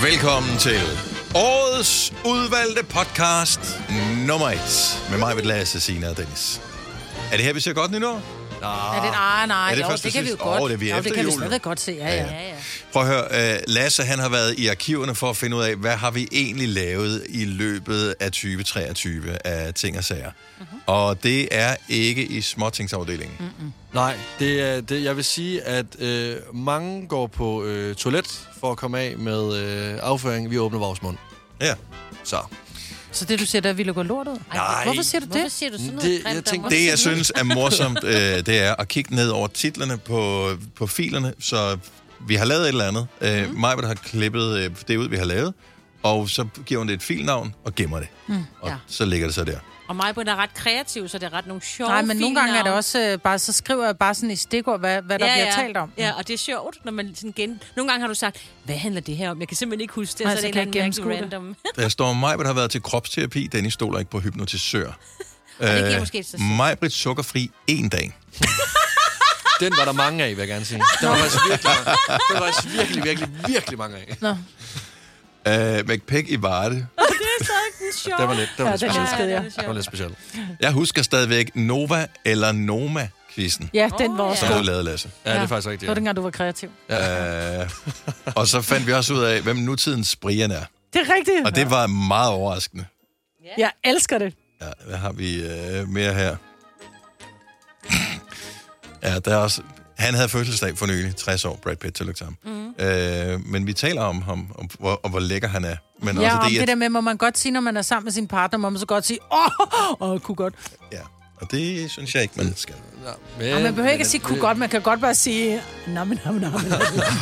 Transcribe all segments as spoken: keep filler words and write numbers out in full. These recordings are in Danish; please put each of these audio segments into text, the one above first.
Velkommen til årets udvalgte podcast nummer et. Med mig, Lasse, Signe og Dennis. Er det her, vi ser godt nytår? Nå. Er det, nej, nej, er det, jo, først, det kan vi jo oh, godt. Det, vi jo, det kan jul. vi stadig godt se, ja, ja. ja, ja. Prøv at høre, uh, Lasse han har været i arkiverne for at finde ud af, hvad har vi egentlig lavet i løbet af tyve treogtyve af ting og sager. Uh-huh. Og det er ikke i småtingsafdelingen. Mm-mm. Nej, det er, det, jeg vil sige, at øh, mange går på øh, toilet for at komme af med øh, afføring. Vi åbner vores mund. Ja. Så... Så det, du siger, der ville gå lort ud? Nej. Hvorfor siger du det? Hvorfor siger du sådan noget? Det, jeg tænker, det jeg synes er morsomt, øh, det er at kigge ned over titlerne på, på filerne. Så vi har lavet et eller andet. Øh, mm. Majbert har klippet øh, det ud, vi har lavet. Og så giver hun det et filnavn og gemmer det. Mm. Og ja. Så ligger det så der. Og Majbert er ret kreativ, så det er ret nogle sjove Nej, men nogle gange er det navn. også øh, bare, så skriver jeg bare sådan i stikord, hvad, hvad der ja, bliver ja. talt om. Ja, og det er sjovt, når man sådan gen... Nogle gange har du sagt, hvad handler det her om? Jeg kan simpelthen ikke huske det, Nej, så, så det kan er jeg en gennemskue det. random. Der står, Majbert har været til kropsterapi. Dennis stoler ikke på hypnotisør. Og det giver måske et sig selv. Majbert sukkerfri en dag. Den var der mange af, vil jeg gerne sige. Den var faktisk virkelig, den var faktisk virkelig, virkelig, virkelig mange af. Nå. Uh, McPack i Varde. Det er så sjovt. Det var lidt, det var Ja, lidt den specielt. elskede jeg. Det var lidt specielt. Jeg husker stadigvæk Nova eller Noma-quizzen. Ja, den var også Som god. du lavede, Lasse. Ja, det er faktisk rigtigt. Det var dengang, du var kreativ. Ja. Uh, og så fandt vi også ud af, hvem nutidens Brian er. Det er rigtigt. Og det var meget overraskende. Jeg elsker det. Ja, hvad har vi uh, mere her? Ja, der er også... Han havde fødselsdag for nylig, tres år, Brad Pitt, tillykke til ham. Mm. Øh, men vi taler om ham, om hvor, om hvor lækker han er. Men Ja, også om det, det jeg... der med, må man godt sige, når man er sammen med sin partner, må man så godt sige, åh, åh, kunne godt. Ja, og det synes jeg ikke, man skal. Ja, men, Og man behøver ikke at sige, kunne godt, man kan godt bare sige, nam, nam, nam, nam.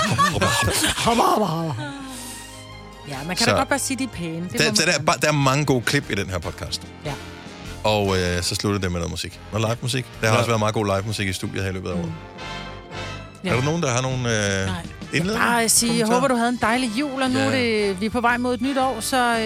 Ja, man kan Så. da godt bare sige, de er pæne. Det Der, må der, man der, er, bare- der er mange gode klip i den her podcast. Ja. Og øh, så slutter det med noget musik. Noget live musik. Der har Ja. også været meget god live musik i studiet her i løbet af året. Ja. Er der nogen, der har nogle øh, indledninger? Bare at sige, jeg håber, du havde en dejlig jul, og nu Ja. er det, vi er på vej mod et nyt år, så øh,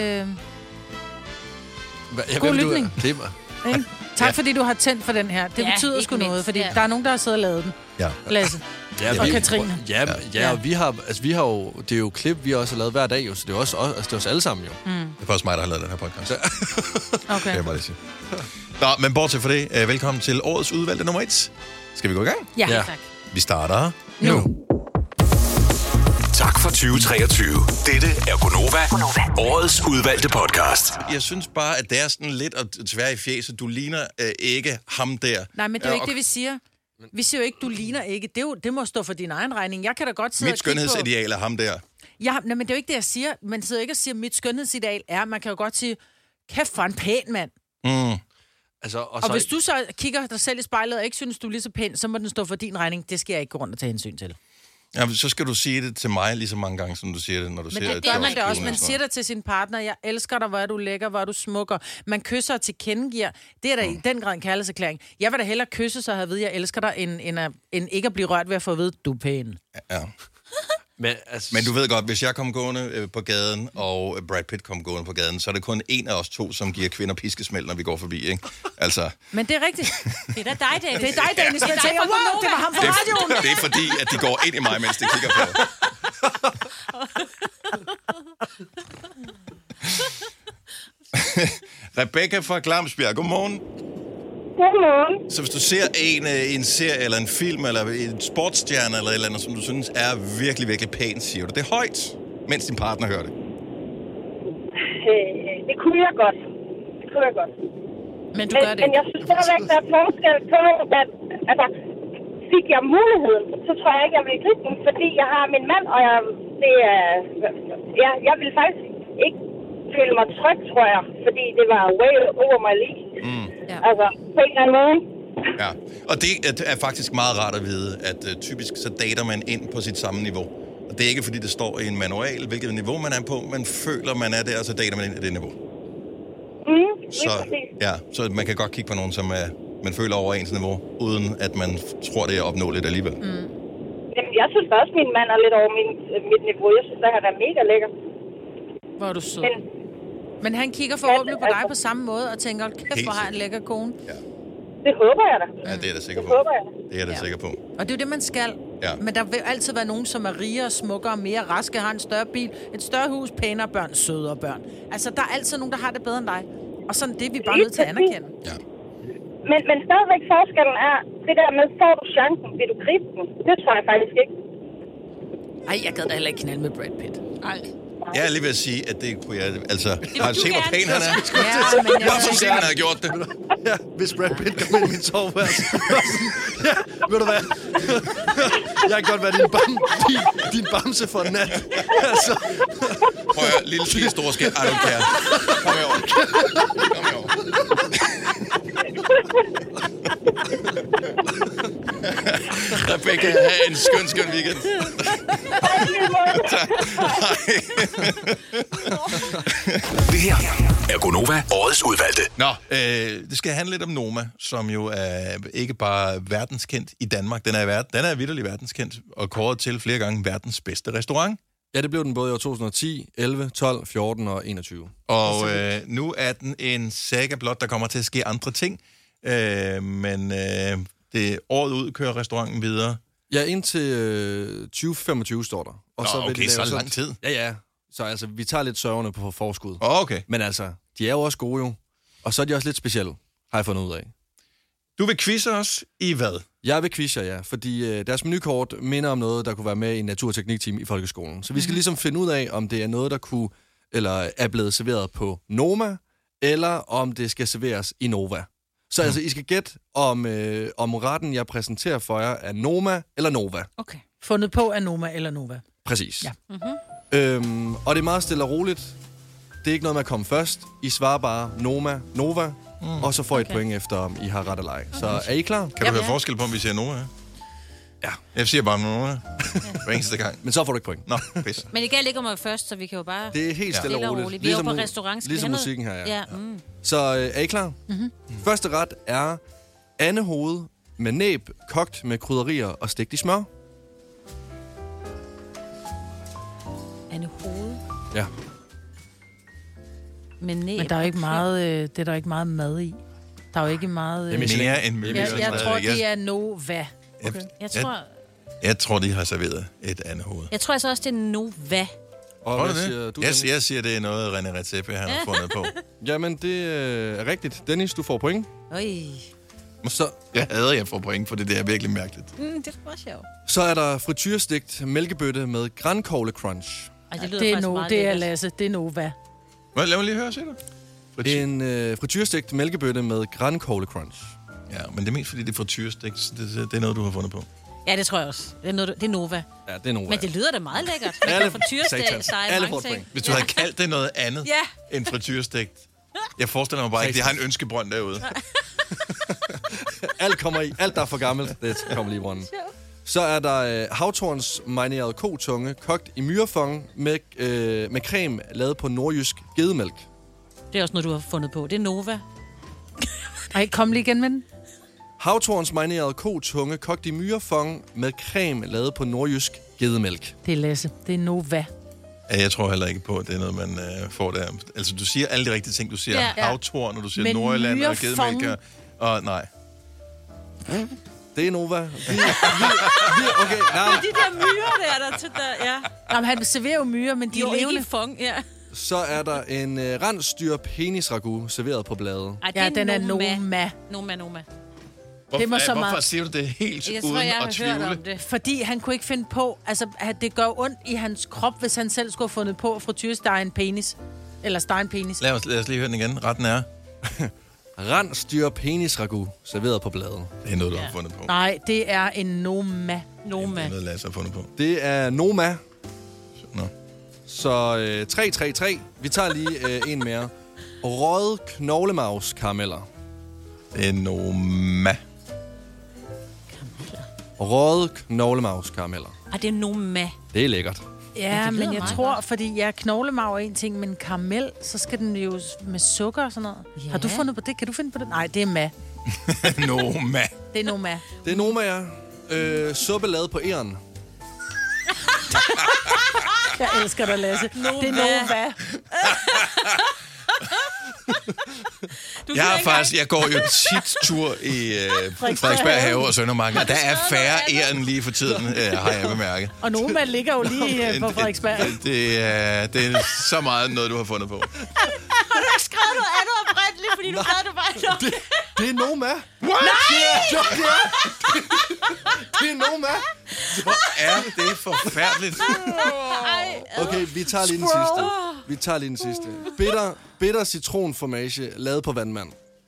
Hva- ja, God hvem du er? lytning. Det var... ikke? Tak Ja. fordi du har tændt for den her. Det Ja, betyder ikke sgu noget, mindst, fordi ja. der er nogen, der har siddet og lavet den. Ja. Lasse. Ja, Og vi- Katrine. Ja, ja, Ja. og vi har, altså, vi har jo, det er jo klip, vi også har lavet hver dag, jo, så det er også, altså, det er os alle sammen jo. Mm. Det er først mig, der har lavet den her podcast. Det Okay. kan jeg bare lige sige. Nå, men bortset fra det, øh, velkommen til årets udvalgte nummer et. Skal vi gå i gang? Ja. Ja. Tak. Vi starter Nu. nu. Tak for tyve treogtyve. Dette er Gonova, årets udvalgte podcast. Jeg synes bare, at det er sådan lidt at tvære i fjeset. Du ligner øh, ikke ham der. Nej, men det er jo Øh, ikke og det, vi siger. Vi siger jo ikke, du ligner ikke. Det, er jo, det må stå for din egen regning. Jeg kan da godt sidde Mit og kigge på... skønhedsideal er ham der. Ja, nej, men det er jo ikke det, jeg siger. Man sidder ikke og siger, at mit skønhedsideal er... Man kan jo godt sige, kæft for en pæn mand. Mm. Altså, og, Og så, hvis du så kigger dig selv i spejlet og ikke synes, du er lige så pæn, så må den stå for din regning. Det skal jeg ikke gå rundt og tage hensyn til. Ja, så skal du sige det til mig lige så mange gange, som du siger det, når du Men ser det et gør man George det også. Clooney Man og sådan siger det til sin partner, jeg elsker dig, hvor er du lækker, hvor er du smukker. Man kysser og tilkendegiver. Det er da mm. i den grad en kærlighedserklæring. Jeg vil da hellere kysse sig og have at vide, jeg elsker dig, end, end, at, end ikke at blive rørt ved at få at vide, du er pæn. noget. Ja. men, altså, Men du ved godt, hvis jeg kom gående øh, på gaden, og Brad Pitt kom gående på gaden, så er det kun en af os to, som giver kvinder piskesmæld, når vi går forbi, ikke? Altså, Men det er rigtigt. Det er da dig, Dennis. Det er dig, Dennis. Det er Man dig tænker, fra wow, Gonova. det var ham fra det, radioen. er, det er fordi, at de går ind i mig, mens de kigger på. Rebecca fra Glamsbjerg, godmorgen. Godmorgen. Så hvis du ser en, øh, en serie, eller en film, eller en sportsstjerne, eller et eller andet, som du synes er virkelig, virkelig pænt, siger du det højt, mens din partner hører det. Øh, det kunne jeg godt. Det kunne jeg godt. Men du Men, gør det men ikke. jeg synes stadigvæk, der er forskel på, at altså, fik jeg muligheden, så tror jeg ikke, jeg vil gribe den, fordi jeg har min mand, og jeg, det er, ja, jeg vil faktisk ikke føle mig tryg, tror jeg, fordi det var way over my league. Mm. Ja. Altså, på en eller anden måde. Ja, og det er- er faktisk meget rart at vide, at uh, typisk så dater man ind på sit samme niveau. Og det er ikke fordi, det står i en manual, hvilket niveau man er på, man føler, man er der, og så dater man ind i det niveau. Mm, lige Så, præcis. ja, så man kan godt kigge på nogen, som er, man føler over ens niveau, uden at man tror, det er opnåeligt alligevel. Mm. Jamen, jeg synes også, at min mand er lidt over min, mit niveau. Jeg synes, at han er mega lækker. Hvor er du sød. Men Men han kigger forhåbentlig på dig på samme måde og tænker, kæft, hvor har jeg en lækker kone. Ja. det håber jeg da. Ja, det er jeg da sikker Det på. håber jeg. Det er jeg da Ja. sikker på. Og det er jo det, man skal. Ja. Men der vil altid være nogen, som er rigere, smukkere, mere raske, har en større bil, et større hus, pænere børn, sødere børn. Altså, der er altid nogen, der har det bedre end dig. Og sådan det er vi bare nødt til at anerkende. Ja. Men, men stadigvæk forskellen er, det der med, får du chancen, vil du gribe den? Det tror jeg faktisk ikke. Ej, jeg gad da heller ikke knalde med Brad Pitt. Ej. Jeg er lige ved at sige, at det kunne jeg... Altså, har du du set, hvor gerne. pæn han er? Ja, men jeg Hvorfor siger han, han har gjort det? Ja, hvis Brad Pitt kom ind i min soveværelse. Ja, ved du hvad? Jeg kan godt være din, bam, din, din bamse for en nat. Altså. Prøv at høre, lille ski, store skæld. Ej, du kan. Kom herover. Kom herover. Rebecca, have en skøn, skøn weekend. Det her er Gonova, årets udvalgte. Nå, øh, det skal handle lidt om Noma, som jo er ikke bare verdenskendt i Danmark. Den er, ver- den er vitterlig verdenskendt og kåret til flere gange verdens bedste restaurant. Ja, det blev den både i år to tusind og ti, elleve, tolv, fjorten og enogtyve. Og øh, nu er den en saga blot, der kommer til at ske andre ting. Øh, men øh, det året ud kører restauranten videre. Ja, indtil øh, tyve femogtyve står der. Og Nå, vil okay, de lave så lang tid. Ja, ja. Så altså, vi tager lidt sørgerne på forskud. Oh, okay. Men altså, de er jo også gode jo. Og så er de også lidt specielle, har jeg fundet ud af. Du vil quizze os i hvad? Jeg vil quizze jer, ja, fordi øh, deres menukort minder om noget, der kunne være med i en naturteknikteam i folkeskolen. Så vi skal mm-hmm. ligesom finde ud af, om det er noget, der kunne, eller er blevet serveret på Noma, eller om det skal serveres i Nova. Så mm. altså, I skal gætte, om, øh, om retten, jeg præsenterer for jer, er Noma eller Nova. Okay. Fundet på af Noma eller Nova. Præcis. Ja. Mm-hmm. Øhm, og det er meget stille og roligt. Det er ikke noget med at komme først. I svarer bare Noma, Nova, mm. og så får I okay. et point efter, om I har ret eller ej. Så er I klar? Kan du høre forskel på, om vi siger Noma? Ja. Jeg siger bare Noma. Hver eneste gang. Men så får du ikke point. Nå, pis. Men I gælder ikke om at først, så vi kan jo bare... Det er helt stille stille og og roligt. roligt. Vi er jo på restaurant. Skal Ligesom vi have musikken her, ja. Ja, mm. Så øh, er I klar? Mm-hmm. Første ret er andehoved med næb, kogt med krydderier og stegt i smør. Anne hoved Ja. med næb. Men der er ikke meget, øh, det er der ikke meget mad i. Der er jo ikke meget... Det er Øh, Michelin. Mere end jeg, jeg tror, det er Nova. Okay. Jeg tror, Jeg tror, de har serveret et andet hoved. jeg tror altså også, det er Nova. Og Tror hvad du siger det? du, Jeg, Dennis? jeg siger, det er noget, René Redzepi, han har fundet på. Jamen, det øh, er rigtigt. Dennis, du får point. Øj. Så, Jeg hader, jeg får point, for det der er virkelig mærkeligt. Mm, det var sjovt. så er der frityrestegt mælkebøtte med grankogle crunch. Ej, det lyder Det er, faktisk no, meget det er lækkert. Lasse, det er Nova. Hvad, lad mig lige høre, siger du? Frit- En øh, frityrestegt mælkebøtte med grankogle crunch. Ja, men det er mest, fordi det er frityrestik. Det, det, det er noget, du har fundet på. Ja, det tror jeg også. Det er, noget, det er Nova. Ja, det er Nova. Men det lyder da meget lækkert. Man Alle- kan få tyresteg, Satan. sej, Alle mange får et ting. point. Hvis du ja. havde kaldt det noget andet Ja. end frityrestegt. Jeg forestiller mig bare ikke, de har en ønskebrønd derude. Alt kommer i. Alt, der er for gammelt, det kommer lige i brunden. Så er der øh, havtorns marineret kotunge, kogt i myrefong med, øh, med creme lavet på nordjysk gedemælk. Det er også noget, du har fundet på. Det er Nova. Ej, kom lige igen med den. Havtorns marineret kotunge, kogt i myrefong med creme lavet på nordjysk gedemælk. Det er Lasse, det er Nova. Ja, jeg tror heller ikke på, at det er noget, man øh, får der. Altså, du siger alle de rigtige ting. Du siger Ja. ja. havtorn, og du siger Men Nordjylland og myrefong- gedemælk. Og nej. Det er Nova. Vi, vi, vi, okay, nej, De der myrer der, der til der, ja. Jamen, han serverer jo myrer, men de De er er jo ikke i levende. fong, ja. så er der en øh, rensdyr penisragu serveret på bladet. Ej, det Ja, den er Noma. Noma. Noma, Noma. Hvorfor, må så hvorfor meget- siger du det helt Jeg tror, uden jeg at har hørt tvivle? om det. Fordi han kunne ikke finde på... Altså, at det gør ondt i hans krop, hvis han selv skulle have fundet på at frityrestege en penis. Eller stege en penis. Lad os, lad os lige høre den igen. Retten er. Rensdyr penisragu serveret på bladet. Det er noget, du har fundet på. Nej, det er en Noma. Det Noma. er noget, Lasse har fundet på. Det er Noma. Nå. Så øh, tre tre tre. Vi tager lige øh, en mere. Røde knoglemavs karameller. Det er Noma. Røde knoglemavs karameller. Ej, det er Noma. Det er lækkert. Ja, det lyder men jeg meget tror, godt. fordi jeg ja, knoglemarv er en ting, men karamel, så skal den jo med sukker og sådan noget. Ja. Har du fundet på det? Kan du finde på det? Nej, det er ma. Noma. Det er Noma. Det er Noma, ja. Øh, suppe lavet på æren. Jeg elsker dig, Lasse. Det er Nova. Du Jeg, siger er ikke faktisk, jeg går jo tit tur i øh, Frederiksberg Have og Søndermarken, og der er færre æren lige for tiden, øh, har jeg bemærket. Og nogle man ligger jo lige øh, på Frederiksberg. Det, det, er, det er så meget noget, du har fundet på. Har du ikke skrevet noget andet oprindeligt, fordi du havde det bare noget? Det, det er Noma. What? Det er, det er, det er Noma. Hvor er det forfærdeligt. Okay, vi tager lige den sidste. Vi tager lige den sidste. Bitter, bitter citronformage lavet på vandmand.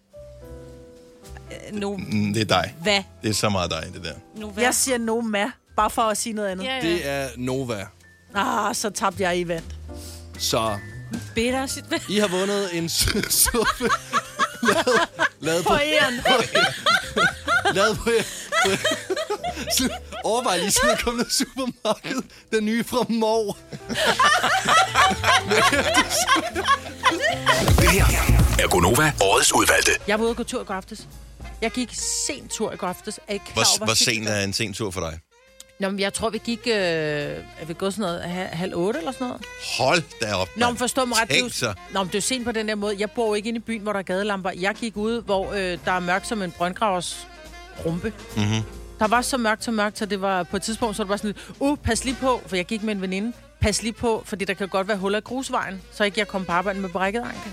No. Mm, det er dig. Hvad? Det er så meget dig, det der. No, hvad? Jeg siger Noma, bare for at sige noget andet. Ja, ja. Det er Nova. Ah, så tabte jeg i vand. Så Bitter sit... I har vundet en su- suppe lavet, lavet på... På æren. lavet på... Så overvej lige sådan at komme ned i supermarkedet. Den nye fra Mor. Det her er Gonova, årets udvalgte. Jeg var ude og gå tur i går aftes. Jeg gik sent tur i går aftes. Er I klar over, Hvor, hvor sent er en sen tur for dig? Nå, men jeg tror, vi gik... Øh, er vi gået sådan noget ha- halv otte eller sådan noget? Hold da op, Nå, men forstå mig ret. Det er Tænk jo- så. Nå, men det er jo sent på den der måde. Jeg bor jo ikke inde i byen, hvor der er gadelamper. Jeg gik ud, hvor øh, der er mørkt som en brøndgravers rumpe. Mm-hmm. Der var så mørkt, så mørkt, så det var på et tidspunkt, så det var sådan lidt, uh, pas lige på, for jeg gik med en veninde. Pas lige på, fordi der kan godt være huller i grusvejen, så ikke jeg kom på arbejde med brækket ankel.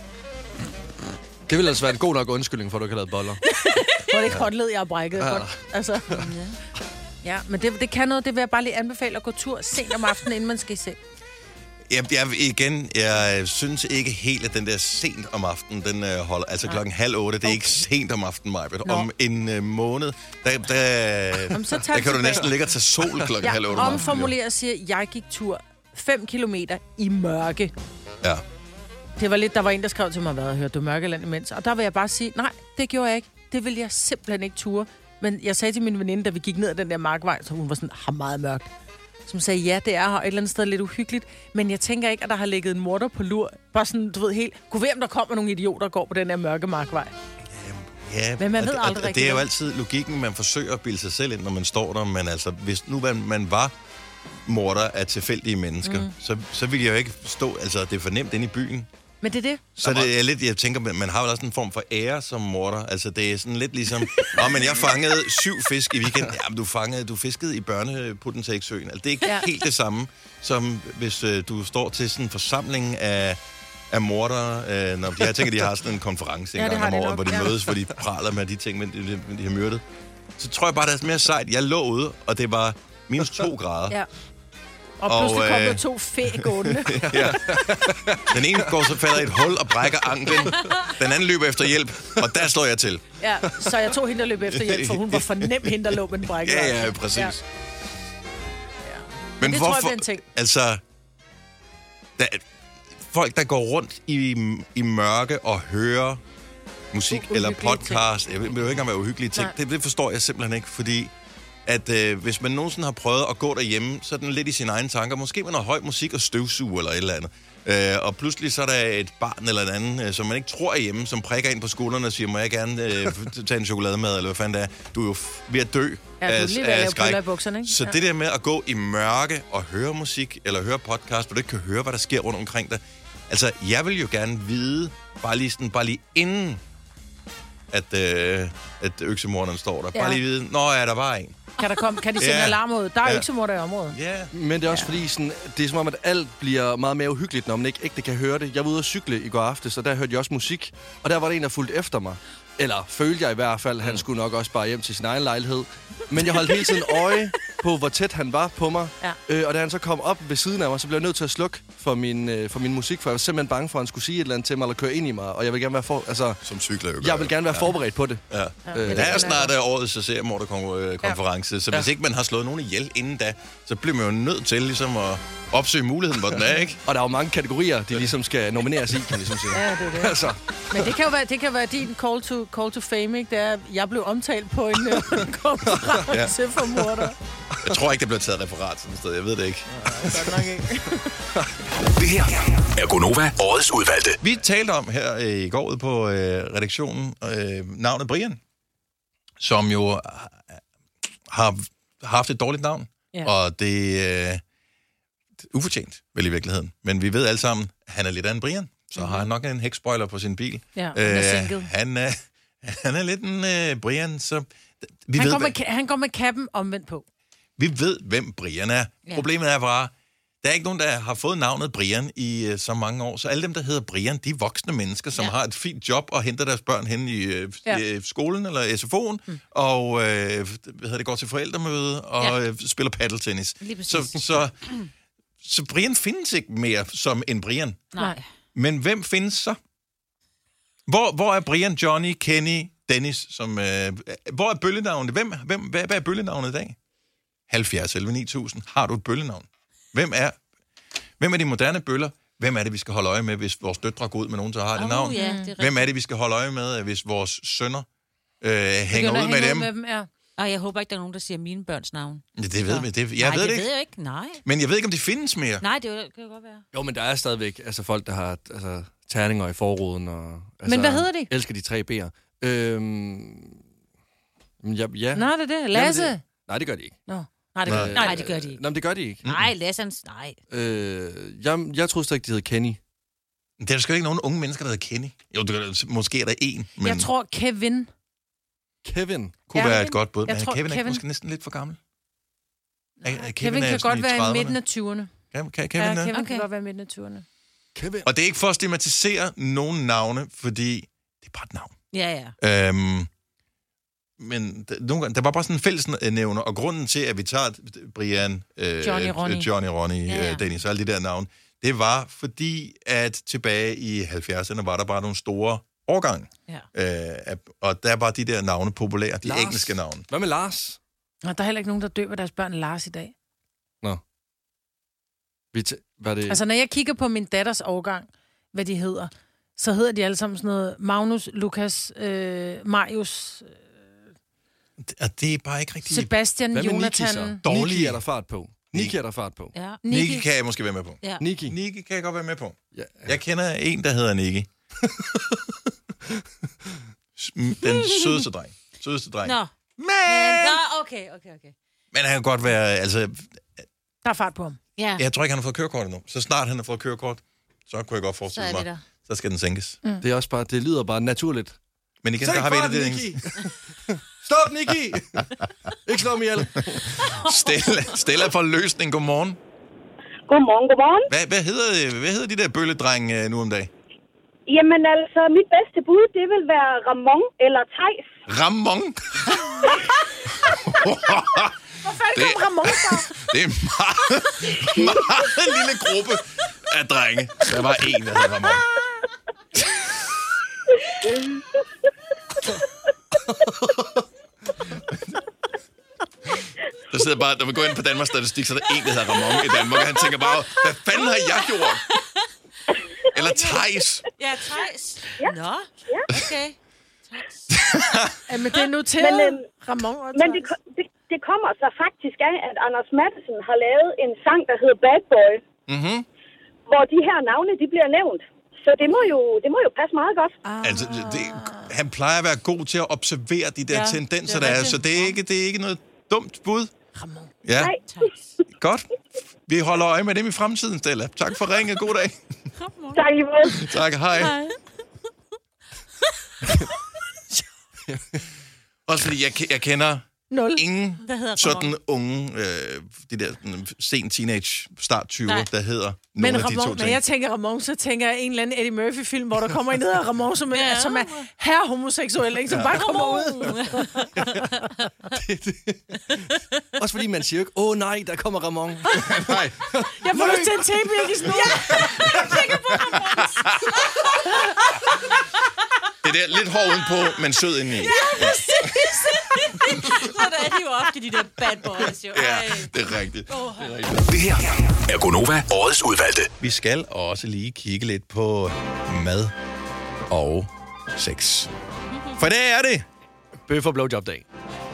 Det ville altså være en god nok undskyldning for, at du ikke har lavet boller. Hvor det ikke håndled, jeg har brækket. Ja. Godt. Altså. Ja, men det, det kan noget. Det vil jeg bare lige anbefale at gå tur sent om aftenen, inden man skal i seng. Jeg, jeg, igen, jeg synes ikke helt, at den der sent om aftenen, den øh, holder. Altså klokken halv otte, det er Okay. ikke sent om aftenen, Majbert. Nå. Om en øh, måned, der, der, Jamen, så tag der kan du tilbage. næsten ligge og tage sol klokken halv Jeg otte om aftenen. omformulerer og siger, at jeg gik tur fem kilometer i mørke. Ja. Det var lidt, der var en, der skrev til mig, hvad hørte du Mørkeland imens? Og der vil jeg bare sige, nej, det gjorde jeg ikke. Det ville jeg simpelthen ikke ture. Men jeg sagde til min veninde, da vi gik ned ad den der markvej, så hun var sådan, har meget mørkt. Som sagde, ja, det er her et eller andet sted lidt uhyggeligt. Men jeg tænker ikke, at der har ligget en morder på lur. Bare sådan, du ved helt, kunne være, om der kommer nogle idioter, der går på den der mørke markvej. Ja, Men man og ved det- aldrig og rigtigt, det er jo hvad. altid logikken, man forsøger at bilde sig selv ind, når man står der. Men altså, hvis nu man, man var morder af tilfældige mennesker, mm. så, så ville jeg jo ikke stå... Altså, det er for nemt inde i byen. Men det er det. Så det er lidt, jeg tænker, man har jo også en form for ære som morder. Altså, det er sådan lidt ligesom, åh, men jeg fangede syv fisk i weekenden. Ja, men du fangede, du fiskede i børnepotentiaksøen. Altså, det er ikke ja. helt det samme, som hvis øh, du står til sådan en forsamling af, af mordere. Øh, når, jeg tænker, de har sådan en konference en Ja, det gang har om de året, nok, hvor de ja. mødes, hvor de praler med de ting, men de, de har myrdet. Så tror jeg bare, det er mere sejt. Jeg lå ude, og det var minus to grader. Ja. Og Og, pludselig kom øh, der to fæ gående. Ja. Den ene går så falder i et hul og brækker anklen. Den anden løber efter hjælp, og der slår jeg til. Ja, så jeg tog hende, der løb efter hjælp, for hun var for nem hende, der lå med en brækket. Ja, ja, præcis. Ja. Ja. Men det tror jeg bliver en ting. Altså, der, folk, der går rundt i, i mørke og hører musik U- eller uhyggelige podcast, jeg vil jo ikke engang være uhyggelige ting, Nej. det, det forstår jeg simpelthen ikke, fordi at øh, hvis man nogensinde har prøvet at gå derhjemme, så er den lidt i sine egne tanker. Måske man har høj musik og støvsuger eller et eller andet. Øh, og pludselig så er der et barn eller et andet, øh, som man ikke tror er hjemme, som prikker ind på skuldrene og siger, må jeg gerne øh, tage en chokolademad, eller hvad fanden det er. Du er jo f- ved at dø Ja, du er af, lige ved at af lave skræk. bøller i bukserne, ikke? Så Ja. det der med at gå i mørke og høre musik, eller høre podcast, hvor du ikke kan høre, hvad der sker rundt omkring dig. Altså, jeg vil jo gerne vide, bare lige, sådan, bare lige inden, at, øh, at øksemorderen står der. Ja. Bare lige vide, nå ja, der var en. Kan, der komme, kan de sende Ja. alarm ud? Der er jo Ja. ikke så morder i området. Ja. Men det er også ja. fordi, sådan, det er som om, at alt bliver meget mere uhyggeligt, når man ikke ægte kan høre det. Jeg var ude at cykle i går aftes, og der hørte jeg også musik. Og der var der en, der fulgte efter mig. Eller følte jeg i hvert fald, han skulle nok også bare hjem til sin egen lejlighed. Men jeg holdt hele tiden øje på, hvor tæt han var på mig. Ja. Øh, og da han så kom op ved siden af mig, så blev jeg nødt til at slukke for min, øh, for min musik, for jeg var simpelthen bange for, at han skulle sige et eller andet til mig, eller køre ind i mig. Og jeg vil gerne være, for, altså, Som cykler jo. jeg vil gerne være forberedt på det. Ja. Øh, Det er snart uh, årets seriemorderkonference, så hvis Ja. ikke man har slået nogen ihjel inden da, så bliver man jo nødt til ligesom at opsøge muligheden, hvor den er, ikke? Og der er jo mange kategorier, de ligesom skal nomineres i, kan man ligesom sige. Ja, det er det. Altså, Men det kan jo være, det kan være din call to, call to fame, ikke? Det er, jeg blev omtalt på en øh, konference for morder. Jeg tror ikke, der bliver taget referat sådan et sted. Jeg ved det ikke. Godt nok ikke. Det her er Gonova, årets udvalgte. Vi talte om her øh, i går ude på øh, redaktionen øh, navnet Brian, som jo øh, har haft et dårligt navn. Ja. Og det er øh, ufortjent, vel i virkeligheden. Men vi ved alle sammen, at han er lidt af en Brian. så mm-hmm. har han nok en hækspoiler på sin bil. Ja, han er sænket. Han er, han er lidt en øh, Brian, så... Vi han, ved, går med, han går med kappen omvendt på. Vi ved, hvem Brian er. Ja. Problemet er bare, der er ikke nogen, der har fået navnet Brian i uh, så mange år. Så alle dem, der hedder Brian, de er voksne mennesker, som ja. har et fint job og henter deres børn hen i uh, ja. skolen eller S F O'en, mm. og uh, hvad hedder det, går til forældremøde og ja. uh, spiller paddeltennis. Så, så, så Brian findes ikke mere som en Brian. Nej. Men hvem findes så? Hvor, hvor er Brian, Johnny, Kenny, Dennis? Som, uh, hvor er bøllenavnet? Hvem, hvem, hvad, hvad er bøllenavnet i dag? halvfjerds elleve ni tusind. Har du et bøllenavn? Hvem er, hvem er de moderne bøller? Hvem er det, vi skal holde øje med, hvis vores døtre går ud med nogen, der har det oh, navn? Ja, det er hvem er det, vi skal holde øje med, hvis vores sønner øh, hænger ud med dem? Med dem ja. Og jeg håber ikke, der er nogen, der siger mine børns navn. Ja, det ved vi. Det, jeg Nej, ved det, det ved ikke. jeg ikke. Nej. Men jeg ved ikke, om de findes mere. Nej, det kan jo godt være. Jo, men der er stadigvæk altså, folk, der har altså, terninger i forruden. Og, altså, men hvad hedder de? Elsker de tre B'er. Øhm, ja, ja. Nå, det er det. Lasse? Jamen, det, nej, det gør de ikke. Nå. Nej, det gør, Nej, nej, det gør de ikke. Nå, men det gør de ikke. Nej, Lassans, nej. Øh, jeg, jeg troede slet ikke, de hed Kenny. Det er der sgu ikke nogen unge mennesker, der hedder Kenny. Jo, det, måske er der en, men... Jeg tror Kevin. Kevin? Kunne ja, være et godt bud. Men tror, Kevin er Kevin... måske næsten lidt for gammel. Nej, Kevin, Kevin kan godt være i midten af tyverne. Kan, kan Kevin, ja, Kevin okay. kan godt være i midten af tyverne. Kevin. Og det er ikke for at stigmatisere nogen navne, fordi det er bare et navn. Ja, ja. Øhm, men der, nogle gange, der var bare sådan en fællesnævner, og grunden til, at vi tager Brian, øh, Johnny, Ronny, Johnny, Ronny ja, ja. øh, Dennis og alle de der navne, det var fordi, at tilbage i halvfjerdserne var der bare nogle store årgange. Ja. Øh, og der var de der navne populære, de Lars. engelske navne. Hvad med Lars? Nå, der er heller ikke nogen, der døber deres børn Lars i dag. Nå. Vi t- var det... Altså, når jeg kigger på min datters årgang, hvad de hedder, så hedder de alle sammen sådan noget Magnus, Lukas, øh, Marius... Øh, Og det er bare ikke rigtig... Sebastian, Hvad med Jonathan... Niki så? Dårlige. Niki er der fart på. Niki er der fart på. Ja. Niki kan jeg måske være med på. Ja. Niki. Niki kan jeg godt være med på. Ja. Jeg kender en, der hedder Niki. Den sødeste dreng. Sødeste dreng. Nå. Men... Nå, okay, okay, okay. Men han kan godt være... Altså, Der er fart på ham. Ja, jeg tror ikke, han har fået kørekort endnu. Så snart han har fået kørekort, så kunne jeg godt så forestille er det mig, der. så skal den sænkes. Mm. Det er også bare, det lyder bare naturligt. Men igen, Sænk der har vi et af farten, det Niki! engelske. Stop, Niki! Ikke slå mig ihjel. Stella, Stella fra Løsning, godmorgen. Godmorgen, godmorgen. Hvad, hvad, hedder, hvad hedder de der bølledrenge nu om dagen? Jamen altså, mit bedste bud, det vil være Ramon eller Thijs. Ramon? Hvor fanden kom Ramon fra? Det er en meget, meget lille gruppe af drenge. Der var en, der hed Ramon. Der sidder bare, når vi går ind på Danmarks Statistik, så er der en, der hedder Ramon i Danmark, og han tænker bare, hvad fanden har jeg gjort? Eller Thijs. Ja, Thijs. Ja. Nå, Ja. okay. Thijs. Ja, men det er noteret. Men, øhm, Ramon og Men det, det, det kommer så faktisk af, at Anders Matthesen har lavet en sang, der hedder Bad Boy, Mhm. hvor de her navne, de bliver nævnt. Så det må jo, det må jo passe meget godt. Ah. Altså, det, han plejer at være god til at observere de der Ja, tendenser, det er der er, rigtigt. så det er, ikke, det er ikke noget dumt bud. Ramon. Ja, Nej. godt. Vi holder øje med dem i fremtiden, Stella. Tak for ringet. God dag. Tak i måde. Tak, hej. hej. Også fordi jeg, jeg kender Nul. ingen Hvad hedder sådan unge, øh, de der sådan, sen teenage, start tyverne, Nej. der hedder Men nogle af de to Ramon, når ting. jeg tænker Ramon, så tænker jeg en eller anden Eddie Murphy-film, hvor der kommer en ned af Ramon, som er, Ja. som er herre homoseksuel, ikke? Som bare kommer ud. Også fordi man siger jo ikke, åh oh, nej, der kommer Ramon. Nej, Jeg får lyst til en tebirk i snor. det der lidt hård udenpå, men sød indeni. Så der er de jo ofte, de der bad boys, jo. Ja, Ej. det er rigtigt. Det er rigtigt. Det her er Gonova, årets udvalgte. Vi skal også lige kigge lidt på mad og sex. For i dag er det. Bøf og blowjob-dag.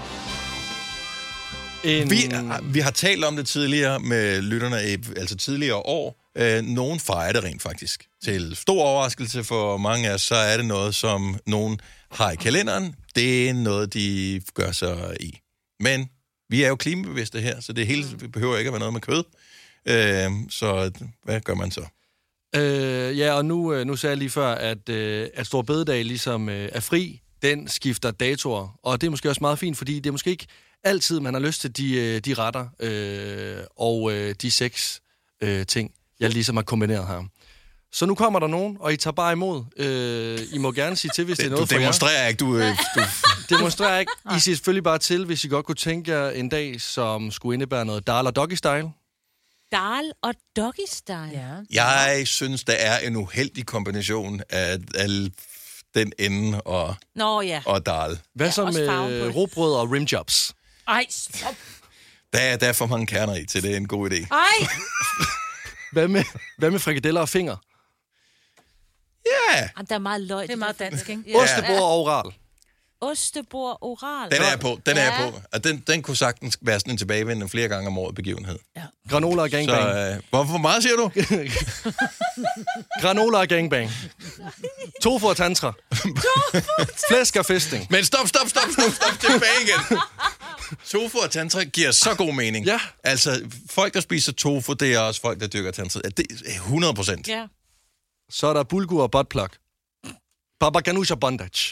En... Vi, vi har talt om det tidligere med lytterne, i, altså tidligere år. Øh, nogen fejrer det rent faktisk. Til stor overraskelse for mange af os, så er det noget, som nogen har i kalenderen. Det er noget, de gør sig i. Men vi er jo klimabevidste her, så det hele behøver ikke at være noget med kød. Øh, så hvad gør man så? Øh, ja, og nu, øh, nu sagde jeg lige før, at, øh, at Stor Bededag ligesom øh, er fri. Den skifter datoer, og det er måske også meget fint, fordi det er måske ikke altid, man har lyst til de, øh, de retter øh, og øh, de seks øh, ting, jeg ligesom har kombineret her. Så nu kommer der nogen, og I tager bare imod. Øh, I må gerne sige til, hvis det, det er noget du for jer. Du demonstrerer ikke, du... Øh, du... Demonstrerer ikke. I siger selvfølgelig bare til, hvis I godt kunne tænke jer en dag, som skulle indebære noget dal og doggy style. Dal og doggy style. Ja. Jeg synes, der er en uheldig kombination af, af den ende og, Nå ja. og dal. Hvad Ja, så også farven på med det. råbrød og rimjobs? Ej, stop. Der er, der er for mange kerner i til, det er en god idé. Ej. Hvad med, hvad med frikadeller og finger? Ja, Jamen, der er meget løg. Det er meget dansk, ikke? Ja. Ostebord og oral. Ostebord oral. den er jeg på. Den er Ja. jeg på. Og den, den kunne sagtens være sådan en tilbagevendende flere gange om året begivenhed. Granola og Så gangbang. øh, hvor, hvor meget siger du? Granola og gangbang. Tofu og tantra. Flæsk og fisting. Men stop, stop, stop, stop, stop, tilbage igen. Tofu og tantra giver så god mening. Ja. Altså, folk, der spiser tofu, det er også folk, der dyrker tantra. Det er hundrede procent. Ja. Så er der bulgur og buttplug. Baba ganoush og bondage.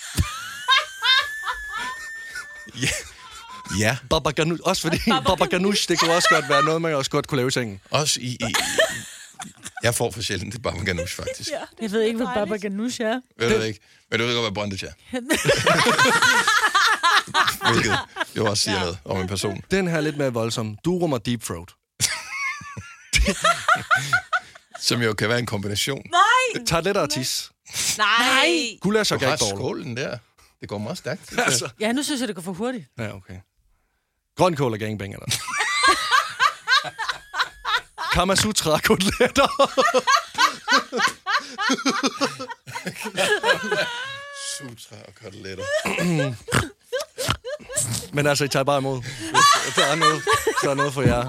Ja. Ja. Baba ganoush. Også fordi baba ganoush, det kunne også godt være noget, man også godt kunne lave i sengen. Også i... i jeg får for sjældent det baba ganoush, faktisk. Ja. Jeg ved ikke, hvad baba ganoush er. Ved du det ikke? Men du ved godt, hvad bondage er. Hvilket jo også siger ja. noget om en person. Den her er lidt mere voldsom. Durum og deep throat. Som jo kan være en kombination. Nej. Tarteletter og tis. Nej. Gulasch og Du har gagball. skålen der. Det går meget stærkt. Altså. Ja, nu synes jeg, det går for hurtigt. Ja, okay. Grønkål og gangbang, eller? Kamasutra koteletter. Sutra og koteletter. Men altså, I tager bare imod. Der er noget, der er noget for jer.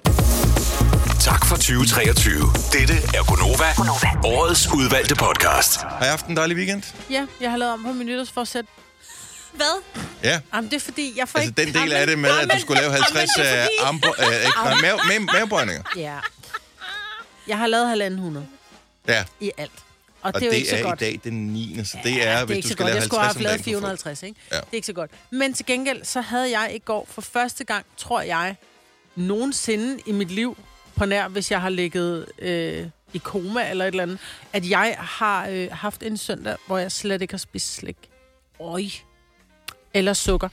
Tak for tyve treogtyve. Dette er Gonova, årets udvalgte podcast. Har I haft en dejlig weekend? Ja, jeg har lavet om på min nytårsforsæt. Hvad? Ja. Jamen, det er fordi, jeg får Altså ikke... den del af det med, at du skulle lave halvtreds Jamen, det er fordi- ambo, øh, ikke, nej, mave, mave, mavebøjninger. Ja. Jeg har lavet halvanden hundrede Ja. i alt. Og, Og det er jo det ikke så er godt. i dag den niende Så det Ja, er, det er hvis ikke du så skal godt. lave Jeg skulle have halvtreds haft om lavet dagen fire hundrede og på få. halvtreds, ikke? Ja. Det er ikke så godt. Men til gengæld, så havde jeg i går for første gang, tror jeg, nogensinde i mit liv, på nær, hvis jeg har ligget øh, i koma eller et eller andet, at jeg har øh, haft en søndag, hvor jeg slet ikke har spist slik. Øj. Eller sukker.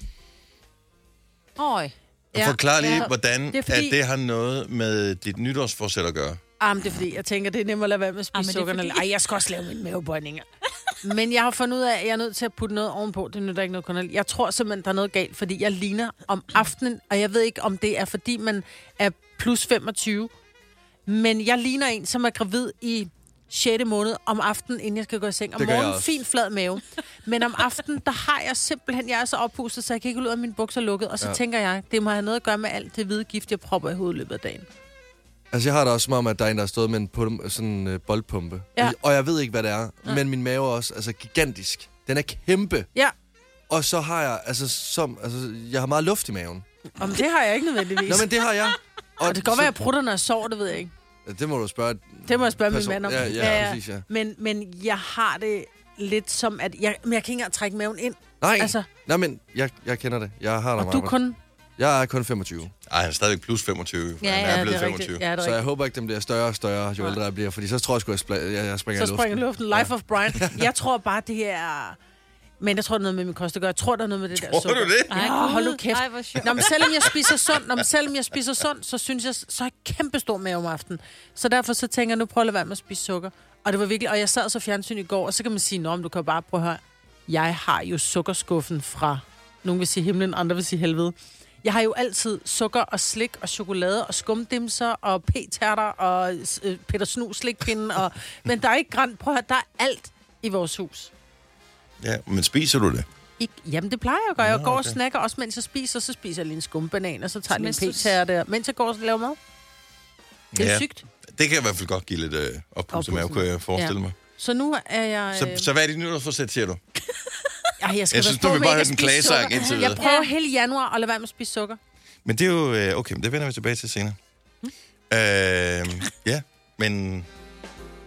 Øj. Ja. Forklar lige, Ja. hvordan Det er fordi... fordi- at det har noget med dit nytårsforsæt at gøre. Jamen, det er fordi, jeg tænker, det er nemmere at lade være med at spise Ah, men det er sukker. fordi- Ej, jeg skal også lave mine mavebøjninger. Men jeg har fundet ud af, at jeg er nødt til at putte noget ovenpå. Det nytter ikke noget kun. Jeg tror simpelthen, der er noget galt, fordi jeg ligner om aftenen, og jeg ved ikke, om det er, fordi man er plus femogtyve, men jeg ligner en, som er gravid i sjette måned om aftenen, inden jeg skal gå i seng. Om Det gør jeg morgenen, også. fin flad mave. Men om aftenen, der har jeg simpelthen, jeg er så oppustet, så jeg kan ikke ud af mine bukser lukket. Og så ja. tænker jeg, det må have noget at gøre med alt det hvide gift, jeg propper i hovedet i løbet af dagen. Altså, jeg har det også som om, at der er en, der har stået med en pum- sådan en uh, boldpumpe. Ja. Og jeg ved ikke, hvad det er. Ja. Men min mave er også altså, gigantisk. Den er kæmpe. Ja, Og så har jeg, altså, som, altså, jeg har meget luft i maven. om det har jeg ikke nødvendigvis. Nå, men det har jeg. Og det kan godt være, at jeg prutter, når jeg sover, det ved jeg ikke. Ja, det må du spørge. Det må jeg spørge min person- mand om. Ja, ja, præcis, ja. Men, men jeg har det lidt som, at jeg, men jeg kan ikke engang trække maven ind. Nej, Altså- altså, nej, men jeg, jeg kender det. Jeg har det Og du er kun... Jeg er kun femogtyve. Ej, han er stadigvæk plus femogtyve. Ja, han ja, er det blevet er femogtyve. rigtigt. Ja, det er Så jeg rigtigt. håber ikke, den bliver større og større, jo ældre jeg bliver. Fordi så tror jeg sgu, jeg, spla- jeg, jeg springer Så i luften. springer luften. Life of Brian. Jeg tror bare, det er... Men jeg tror, det er noget med min kost at gøre. Jeg tror, der er noget med det der Tror sukker. du det? Ja, hold nu kæft. Ej, hvor sjovt. Nå, men selvom jeg spiser sundt, når selvom jeg spiser sundt, så synes jeg, så er jeg kæmpe stor mave om aftenen. Så derfor så tænker jeg, nu prøver jeg at lade være med at spise sukker. Og det var virkelig, og jeg sad så fjernsyn i går, og så kan man sige, nå, men du kan jo bare prøve at høre. Jeg har jo sukkerskuffen fra, nogen vil sige himlen, andre vil sige helvede. Jeg har jo altid sukker og slik og chokolade og skumdimser og p-tærter og øh, Peter Snus slikpinde. Og, men der er ikke grænt. Prøv at høre, der er alt i vores hus. Ja, men spiser du det? Ikke, jamen, det plejer jeg at gøre. Jeg Nå, går og okay. snakker, også mens jeg spiser, så spiser jeg lige en skumbanan, og så tager jeg Mens lige en du- p-tære der, mens jeg går og laver mad. Det er Ja. ja. sygt. Det kan i hvert fald godt give lidt øh, oppustet mave, kunne jeg forestille Ja. mig. Så nu er jeg... Så, øh, så hvad er dit nytårsforsæt, siger du? Ej, jeg skal Jeg synes, passe nu på vil med bare ikke høre at den spise klagesang sukker. indtil videre. Jeg prøver hele januar at lade være med at spise sukker. Men det er jo... øh, Okay, det vender vi tilbage til senere. Hm? Øh, ja, men...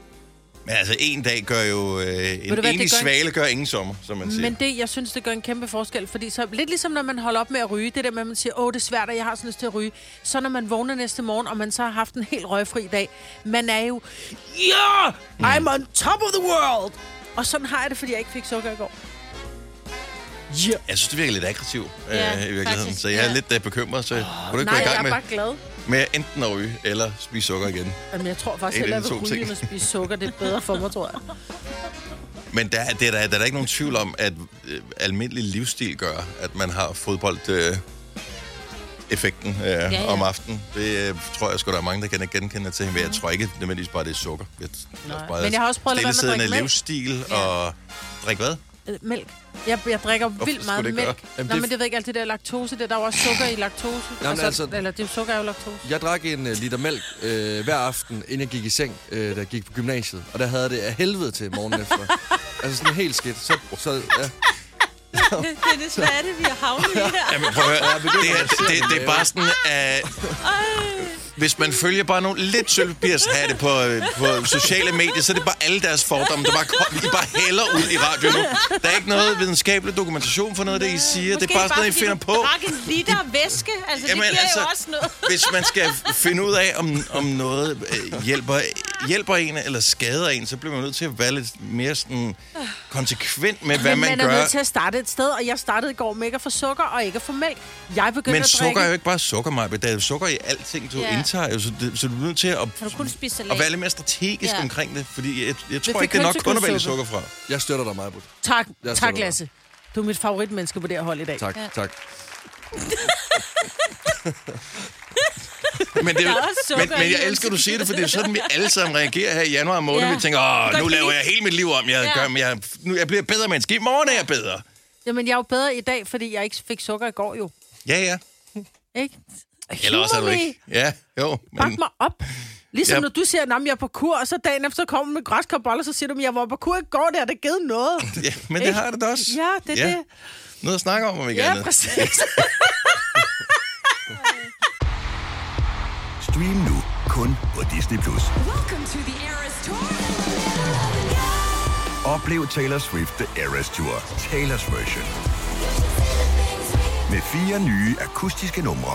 Men altså, en dag gør jo... Øh, en hvad, enig gør svale en... gør ingen sommer, som man siger. Men det, jeg synes, det gør en kæmpe forskel, fordi så lidt ligesom når man holder op med at ryge, det der med, at man siger, åh, det er svært, og jeg har sådan lyst til at ryge. Så når man vågner næste morgen, og man så har haft en helt røgfri dag, man er jo, ja, yeah, I'm on top of the world! Og sådan har jeg det, fordi jeg ikke fik sukker i går. Yeah. Jeg synes, det virker lidt aggressivt ja, øh, i virkeligheden, faktisk, så jeg er ja. lidt uh, bekymret. Så oh, kunne du ikke nej, være i gang jeg er med, bare glad. med enten at ryge eller spise sukker igen? Jamen, jeg tror faktisk, En at af jeg de vil to ryge ting. end at spise sukker. Det er bedre for mig, tror jeg. Men der, det er der, der er der ikke nogen tvivl om, at øh, almindelig livsstil gør, at man har fodbold... Øh, effekten øh, ja, ja. om aftenen. Det øh, tror jeg sgu, der er mange, der kan genkende til. Men jeg tror ikke nødvendigvis bare, det er sukker. Jeg, bare Men jeg har også prøvet at lade være med at drikke mælk. Livsstil ja. og... Drikke hvad? Mælk. Jeg, jeg drikker Hvorfor vildt meget mælk. Jamen, Nå, det... men det ved ikke alt det der laktose. Det, der er jo også sukker i laktose. Jamen, altså, altså, eller det er sukker er jo laktose. Jeg drak en uh, liter mælk øh, hver aften, inden jeg gik i seng, øh, da jeg gik på gymnasiet. Og der havde det af helvede til morgenen efter. Altså sådan helt skidt. Så, så ja. Dennis, hvad er det, vi har havnet i her? Jamen, prøv at høre. Det er, det, det er bare sådan, at hvis man følger bare nogle lidt sølvpapirshatte på, på sociale medier, så er det bare alle deres fordomme, der bare, kom, de bare hælder ud i radio nu. Der er ikke noget videnskabelig dokumentation for noget, det I siger. Måske det er bare sådan noget, I finder på. Drak en liter væske, altså Jamen, det giver altså, jo også noget. Hvis man skal finde ud af, om, om noget øh, hjælper, hjælper en eller skader en, så bliver man nødt til at være lidt mere sådan konsekvent med, hvad Men man, man gør. er nødt til at starte et sted, og jeg startede i går med ikke at få sukker og ikke at få mælk. Jeg begyndte Men at sukker drikke... er jo ikke bare sukker, Maja. Der er jo sukker i alting, du Ja. indtager. Jo, så, det, så du er nødt til at, Kan du kun spise salat? at være lidt mere strategisk Ja. omkring det. Fordi jeg, jeg tror fik ikke, det er nok kun at vælge hønsegudsuppe. sukker fra. Jeg støtter dig meget, Bud. Tak, Jeg tak støtter dig. Lasse. Du er mit favoritmenneske på det her hold i dag. Tak, Ja. tak. Men, det, Der er også sukker men, men i jeg elsker, at du siger det, for det er sådan, vi alle sammen reagerer her i januar måned. Ja. Vi tænker, åh, Godt nu laver lide. jeg hele mit liv om. Jeg, Ja. gør, jeg, nu, jeg bliver bedre menneske. I morgen er jeg bedre. Jamen, jeg er jo bedre i dag, fordi jeg ikke fik sukker i går jo. Ja, ja. Ikke? Eller også er du Humor me. ikke. Ja, jo. Bak Men, mig op. Ligesom Ja. når du siger, at jeg er på kur, og så dagen efter kommer med græskarboller, så siger du, at jeg var på kur i går, der har det givet noget. ja, men det har det da også. Ja, det er Ja. det. Noget at snakke om, om ikke Ja, andet. præcis. Stream nu kun på Disney plus. Oplev Taylor Swift The Eras Tour, Taylor's version. Med fire nye akustiske numre.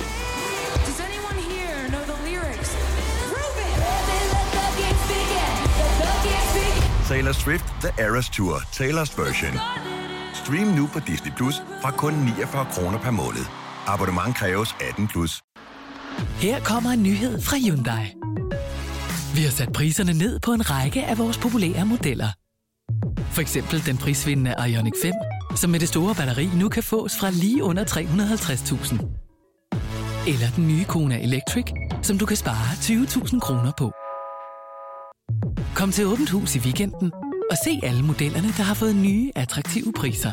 Taylor Swift The Eras Tour, Taylor's version. Stream nu på Disney plus fra kun niogfyrre kroner per måned. Abonnement kræves atten plus. Her kommer en nyhed fra Hyundai. Vi har sat priserne ned på en række af vores populære modeller. For eksempel den prisvindende Ioniq fem, som med det store batteri nu kan fås fra lige under tre hundrede og halvtreds tusind. Eller den nye Kona Electric, som du kan spare tyve tusind kroner på. Kom til Åbent Hus i weekenden og se alle modellerne, der har fået nye, attraktive priser.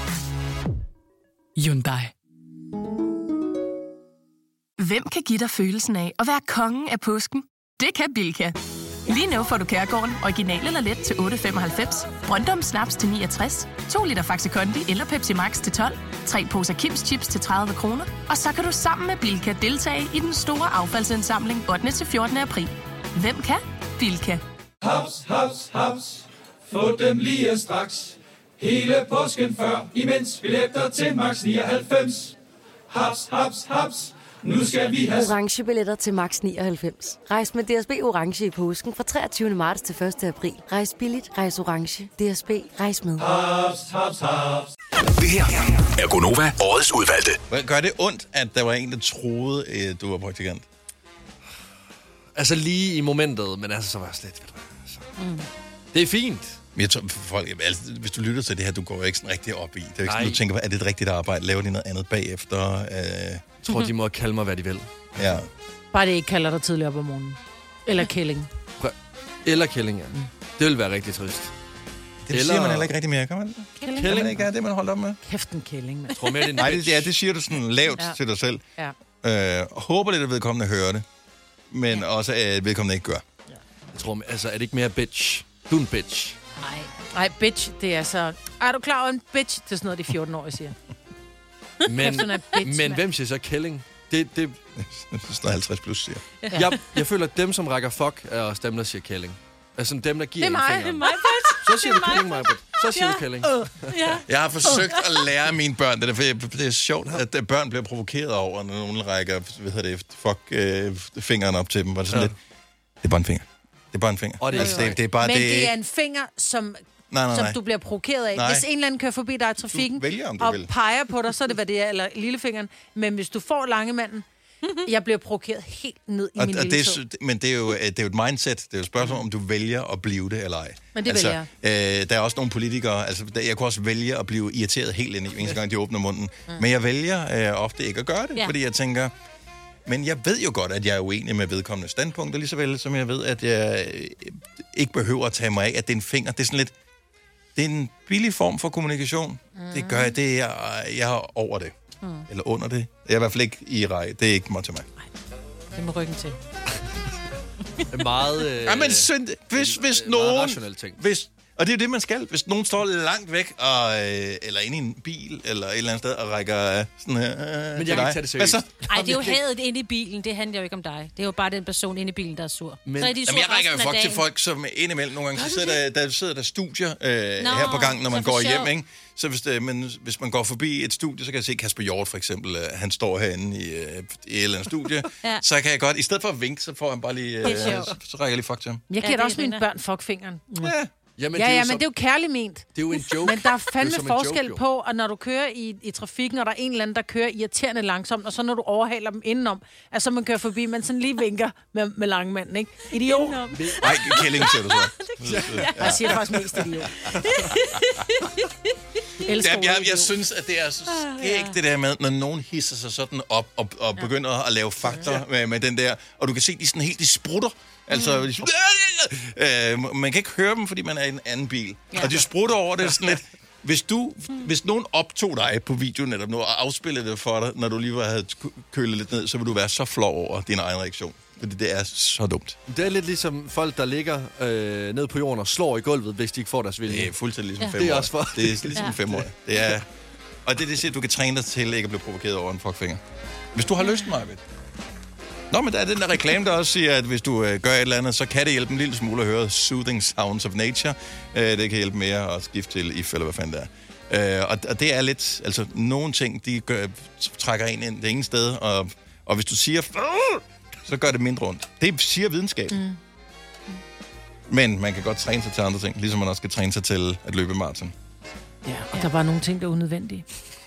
Hyundai. Hvem kan give dig følelsen af at være kongen af påsken? Det kan Bilka! Lige nu får du Kærgården original eller let til otte femoghalvfems, Brøndum Snaps til niogtres, to liter Faxi Kondi eller Pepsi Max til tolv, tre poser Kims Chips til tredive kroner, og så kan du sammen med Bilka deltage i den store affaldsindsamling ottende til fjortende april. Hvem kan? Bilka. Haps, haps, haps. Få dem lige straks. Hele påsken før, imens billetter til max nioghalvfems. Haps, haps, haps. Nu skal vi have orange billetter til max nioghalvfems. Rejs med D S B orange i påsken fra treogtyvende marts til første april. Rejs billigt, rejs orange. D S B, rejs med. haps, haps, haps. Det her er Gonova, årets udvalgte. Hvad gør det ondt, at der var en, der troede, at du var praktikant? Altså lige i momentet, men altså så var jeg slet... Altså. Mm. Det er fint. Men jeg tror, folk, altså, hvis du lytter til det her, du går jo ikke sådan rigtig op i. Det er jo ikke Nej. sådan, du tænker, er det et rigtigt arbejde? Laver de noget andet bagefter? Øh, Jeg tror, de må kalde mig, hvad de vil. ja. Bare det ikke kalder dig tidligere op om morgenen. Eller kælling. Eller kælling, ja. Mm. Det vil være rigtig trist. Det Eller- siger man heller ikke rigtig mere, kan man? Kælling? Kan man ikke have det, man holdt op med? Kæft en kælling, mand. Jeg tror mere, det er en Nej, bitch. det, ja, det siger du sådan lavt Ja. ja. til dig selv. Ja. Øh, og håber lidt, at vedkommende hører det. Men ja. også, at vedkommende ikke gør. Jeg tror, altså, er det ikke mere bitch? Du er en bitch. Nej. Nej, bitch, det er så... Er du klar over en bitch? Det er sådan noget, de fjorten-årige siger. Men, Kæft, hun er bitch, men mand. hvem siger så kælling? Det, det, Sådan noget halvtreds plus siger. jeg, jeg føler, at dem, som rækker fuck, er også dem, der siger kælling. Altså dem, der giver Det er en mig. finger. Det er mig, Så siger du kælling, Majbert. Så siger Ja. du kælling. Ja. Jeg har forsøgt at lære mine børn, det er, for det er sjovt, at børn bliver provokeret over, når nogen rækker, hvad hedder det, fuck, øh, fingeren op til dem. Var det sådan Ja. lidt, det er bare en finger. Det er bare en finger. Og det er altså, det, det er bare Men det, det er en finger, som, nej, nej, som nej. du bliver provokeret af. Nej. Hvis en eller anden kører forbi dig i trafikken Du vælger, om du og vil. peger på dig, så er det, hvad det er, eller lillefingeren. Men hvis du får langemanden, jeg bliver provokeret helt ned i og, min og lille det, tå. er- men det er, jo, det er jo et mindset. Det er jo et spørgsmål, om du vælger at blive det eller ej. Men det altså, vælger øh, Der er også nogle politikere, altså der, jeg kunne også vælge at blive irriteret helt ind i, eneste gang de åbner munden. Mm. Men jeg vælger øh, ofte ikke at gøre det, Ja. fordi jeg tænker, men jeg ved jo godt, at jeg er uenig med vedkommende standpunkter, lige så vel som jeg ved, at jeg øh, ikke behøver at tage mig af, at det er en finger. Det er sådan lidt, det er en billig form for kommunikation. Mm. Det gør jeg, det er jeg, jeg er over det. Mm. Eller under det. Jeg er i hvert fald ikke i rej. Det er ikke meget til mig. Det må ryggen til. Det er meget... Øh, Ja, men synd, hvis, hvis meget nogen... rationelt ting. Hvis, og det er jo det, man skal. Hvis nogen står langt væk, og, øh, eller inde i en bil, eller et eller andet sted, og rækker øh, sådan her... Øh, Men til jeg kan dig. ikke tage det seriøst. Hvad så? Ej, det er jo hadet inde i bilen. Det handler jo ikke om dig. Det er jo bare den person inde i bilen, der er sur. Men- så er de sur Jamen, jeg rækker jo resten af folk til dagen. folk, som indimellem nogle gange, så sidder der, der, sidder der studier øh, Nå, her på gang, når man så for går sjov. hjem, ikke? Så hvis, det, men hvis man går forbi et studie, så kan jeg se Kasper Hjort for eksempel, øh, han står herinde i, øh, i et eller andet studie, Ja. så kan jeg godt, i stedet for at vinke, så får han bare lige, Det er øh, sjovt. så, så rækker jeg lige fuck til ham. Jeg giver Ja, da det også er mine det. børn fuckfingeren. Ja. Jamen, Ja, det er ja, jo så- men det er jo kærligt ment. Det er jo en joke. Men der er Det fandme er som en forskel joke, jo. på, at når du kører i, i trafikken, og der er en eller anden, der kører irriterende langsomt, og så når du overhaler dem indenom, at så man kører forbi, man sådan lige vinker med, med langmanden, ikke? Idiot. Nej, kælling siger du så. Jeg siger faktisk mest idiot. Elsker Ja, jeg, ordet jeg idiot. synes, at det er så skægt, det der med, når nogen hisser sig sådan op og, og begynder at lave fakter med, med den der, og du kan se, de sådan helt, de sprutter. Altså, de sprutter. Øh, man kan ikke høre dem, fordi man er i en anden bil. Og de sprutter over det sådan lidt. Hvis, du, hvis nogen optog dig på video netop nu, og afspillede det for dig, når du lige var, havde kølet lidt ned, så vil du være så flov over din egen reaktion. Fordi det er så dumt. Det er lidt ligesom folk, der ligger øh, ned på jorden og slår i gulvet, hvis de ikke får deres vilje. Det er fuldstændig ligesom Ja. fem Det er år. også for- Det er ligesom Ja. fem år. Det er, og det er det, siger, du kan træne dig til ikke at blive provokeret over en fuckfinger. Hvis du har lyst, Marvind. Nå, men der er den der reklame, der også siger, at hvis du øh, gør et eller andet, så kan det hjælpe en lille smule at høre Soothing Sounds of Nature. Øh, det kan hjælpe mere at skifte til if, eller hvad fanden det er. Øh, og, og det er lidt, altså nogle ting, de gør, trækker en ind det ene sted, og, og hvis du siger, så gør det mindre ondt. Det siger videnskab. Mm. Men man kan godt træne sig til andre ting, ligesom man også skal træne sig til at løbe maraton. Ja, og der var nogle ting, der er unødvendige.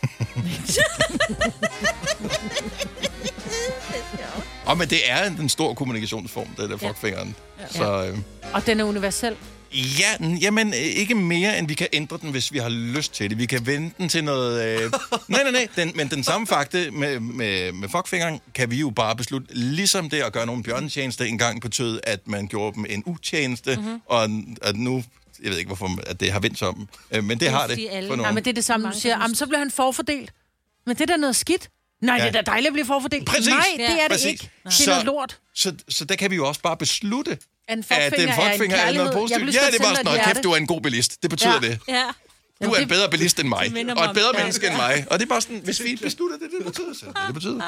Og men det er en, en stor kommunikationsform, det der fuckfingeren. Ja. Så, øh, Og den er universel. ja, n- jamen øh, ikke mere, end vi kan ændre den, hvis vi har lyst til det. Vi kan vende den til noget... Øh, nej, nej, nej, den, men den samme fakte med, med, med fuckfingeren kan vi jo bare beslutte, ligesom det at gøre nogle bjørnetjeneste engang betød, at man gjorde dem en utjeneste, Mhm. mm-hmm. og at nu... Jeg ved ikke, hvorfor at det har vendt sig om, øh, men det har det for Ja, nogen. men det er det samme, du siger. Jamen, så bliver han forfordelt. Men det er da noget skidt. Nej, Ja. det er da dejligt at blive forfordelt. Præcis. Nej, det er det Præcis. ikke. Det er noget lort. Så, så der kan vi jo også bare beslutte, En at den fuckfinger er en fuckfinger er noget kærlighed. Jeg positivt. vil Ja, så det er bare tænde sådan, et noget hjerte. kæft, du er en god bilist. Det betyder Ja. det. Ja. Du er en bedre bilist end mig, Det minder og mig et om- bedre ja. menneske end mig. Og det er bare sådan, hvis vi beslutter det, det betyder så. Det betyder.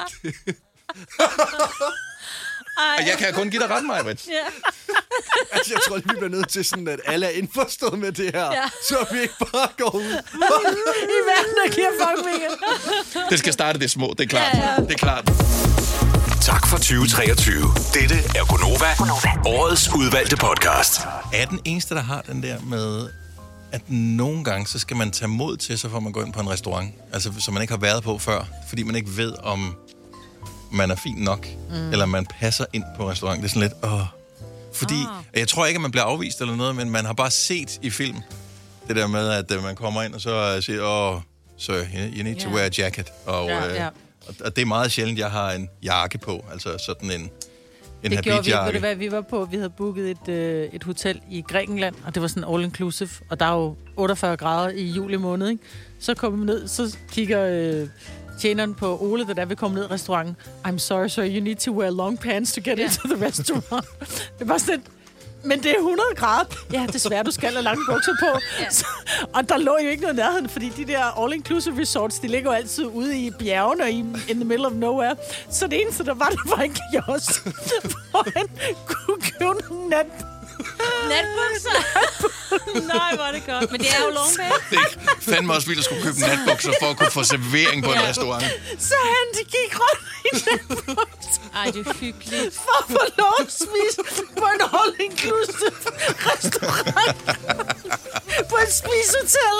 Og jeg kan kun give dig ret, Majbrit. Ja. Altså, jeg tror lige, vi bliver nødt til sådan, at alle er indforstået med det her, Ja. så vi ikke bare går ud. I verden, der giver fuckfinger. Det skal starte det små, det er klart. Det er klart. Tak for tyve treogtyve. Dette er Gonova, årets udvalgte podcast. Er den eneste, der har den der med, at nogle gange, så skal man tage mod til, så får man gå ind på en restaurant, altså som man ikke har været på før, fordi man ikke ved, om man er fin nok, mm. eller man passer ind på restaurant. Det er sådan lidt, åh. Fordi, Ah. jeg tror ikke, at man bliver afvist eller noget, men man har bare set i film, det der med, at øh, man kommer ind, og så siger, åh, så you need to Ja. wear a jacket. Og, Ja, øh, ja. og, og det er meget sjældent, jeg har en jakke på, altså sådan en, en Det gjorde vi, ved habitjakke. det, hvad vi var på. Vi havde booket et, øh, et hotel i Grækenland, og det var sådan all-inclusive, og der er jo otteogfyrre grader i juli måned, ikke? Så kommer vi ned, så kigger øh, tjeneren på Ole, der der vil komme ned i restauranten. I'm sorry, sir, you need to wear long pants to get yeah. into the restaurant. Det var sådan, men det er hundrede grader. Ja, desværre, du skal have lange bukser på. Ja. Så, og der lå jo ikke noget nærheden, fordi de der all-inclusive resorts, de ligger jo altid ude i bjergene og i, in the middle of nowhere. Så det eneste, der var, der var en kiosk, hvor han kunne købe nogle nat Natbukser. Nej, hvor er det godt. Men det er jo longbæk. Det er fandme også vildt at skulle købe natbukser for at kunne få servering på en restaurant. Så han de gik rundt i natbukser. Ej, det er hyggeligt. For at få lov at spise på en all-inclusive restaurant. På et spisehotel.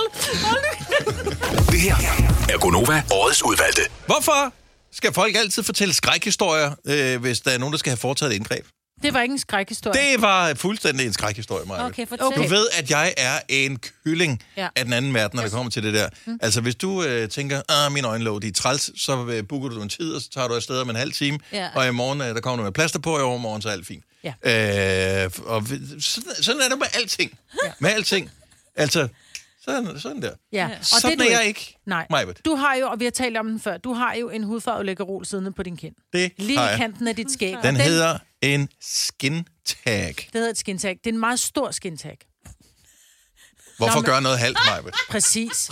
Det her er Gonova, årets udvalgte. Hvorfor skal folk altid fortælle skrækhistorier, øh, hvis der er nogen, der skal have foretaget et indgreb? Det var ikke en skrækhistorie. Det var fuldstændig en skrækhistorie, Maja. Okay, fortæl. Du ved, at jeg er en kylling Ja. af den anden verden, når det kommer til det der. Mm. Altså, hvis du øh, tænker, ah, mine øjenlåg, de er træls, så øh, booker du en tid, og så tager du afsted om en halv time, Ja. og i morgen, øh, der kommer du med plaster på, og i overmorgen, så er alt fint. Ja. Øh, og sådan, sådan er det med alting. Ja. Med alting. Altså, sådan, sådan der. Ja. Og sådan det, er du jeg ikke. Nej. Majbert. Du har jo, og vi har talt om den før, du har jo en hudfarvet lækkerol siddende på din kind. Det Lige har i jeg. kanten af dit skæg. Den, Og den hedder en skin tag. Det hedder et skin tag. Det er en meget stor skin tag. Hvorfor Nå, men- gøre noget halvt, Majbert? Præcis.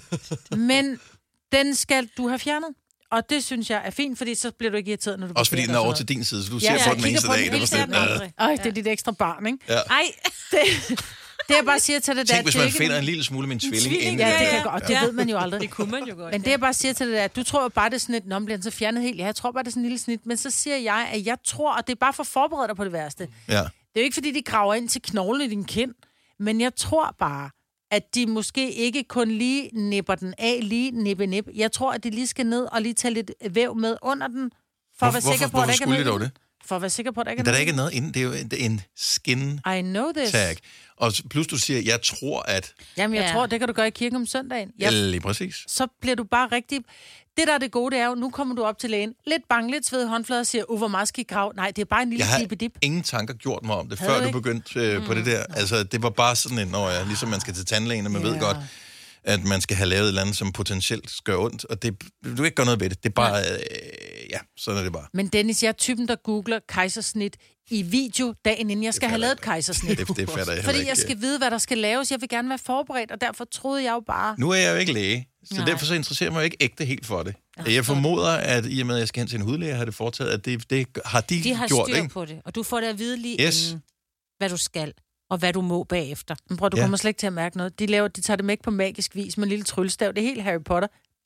Men den skal du have fjernet. Og det synes jeg er fint, fordi så bliver du ikke irriteret, når du Også fordi bliver den er over og til sådan din side, så du Ja, ser ja, på jeg den kigger eneste på dag. den Det var hele sådan, tiden. øh, noget. Ej, det er dit ekstra barn, ikke? ja. Ej. Det, det jeg bare siger til det der... Tænk, hvis det er man ikke finder en- en lille smule min tvilling tvilling, inden. Ja, det øh, kan godt. Det ved man jo aldrig. Det kunne man jo godt. Men det jeg bare siger til det der, du tror jo bare, det er sådan et, nå, bliver den så fjernet helt? Ja, jeg tror bare, det er sådan en lille snit. Men så siger jeg, at jeg tror, at det er bare for at forberede dig på det værste. Ja. Det er jo ikke, fordi de graver ind til knoglen i din kind, men jeg tror bare, at de måske ikke kun lige nipper den af, lige nippe nip. Jeg tror, at de lige skal ned og lige tage lidt væv med under den, for at være Hvorfor- sikker på, hvorfor at der ikke er skulle de noget dog i den. For at være sikker på, at der ikke er Der er noget ikke i noget inde. Det er jo en, en skin den. I know this. tag. Og plus du siger, jeg tror, at... Jamen, jeg Ja. tror, det kan du gøre i kirken om søndagen. Ja. Jeg, Lige præcis. så bliver du bare rigtig... Det, der er det gode, det er jo, nu kommer du op til lægen, lidt bange, lidt sved i håndflader og siger, uh, hvor meget skal I grave? Nej, det er bare en lille Jeg har dip. ingen tanker gjort mig om det, Havde før du du ikke? begyndte øh, på det der. Altså, det var bare sådan en, når jeg, ligesom man skal til tandlægen, og man Ja. ved godt, at man skal have lavet et eller andet, som potentielt gør ondt, og det, du kan ikke gøre noget ved det. Det er bare, øh, ja, sådan er det bare. Men Dennis, jeg er typen, der googler kejsersnit i video dagen inden jeg skal have lavet et kejsersnit. Det, det fatter jeg heller Fordi ikke. jeg skal vide, hvad der skal laves. Jeg vil gerne være forberedt, og derfor troede jeg jo bare... Nu er jeg jo ikke læge, så Nej. derfor så interesserer jeg mig jo ikke ægte helt for det. Jeg formoder, at i og med, at jeg skal hen til en hudlæge, har det foretaget, at det, det har de, De har gjort, styr ikke? på det, og du får det at vide lige Yes. inden, hvad du skal, og hvad du må bagefter. Men bror, du Ja. kommer slet ikke til at mærke noget. De, laver, de tager det med på magisk vis med en lille tryllestav. Det er helt Harry Potter.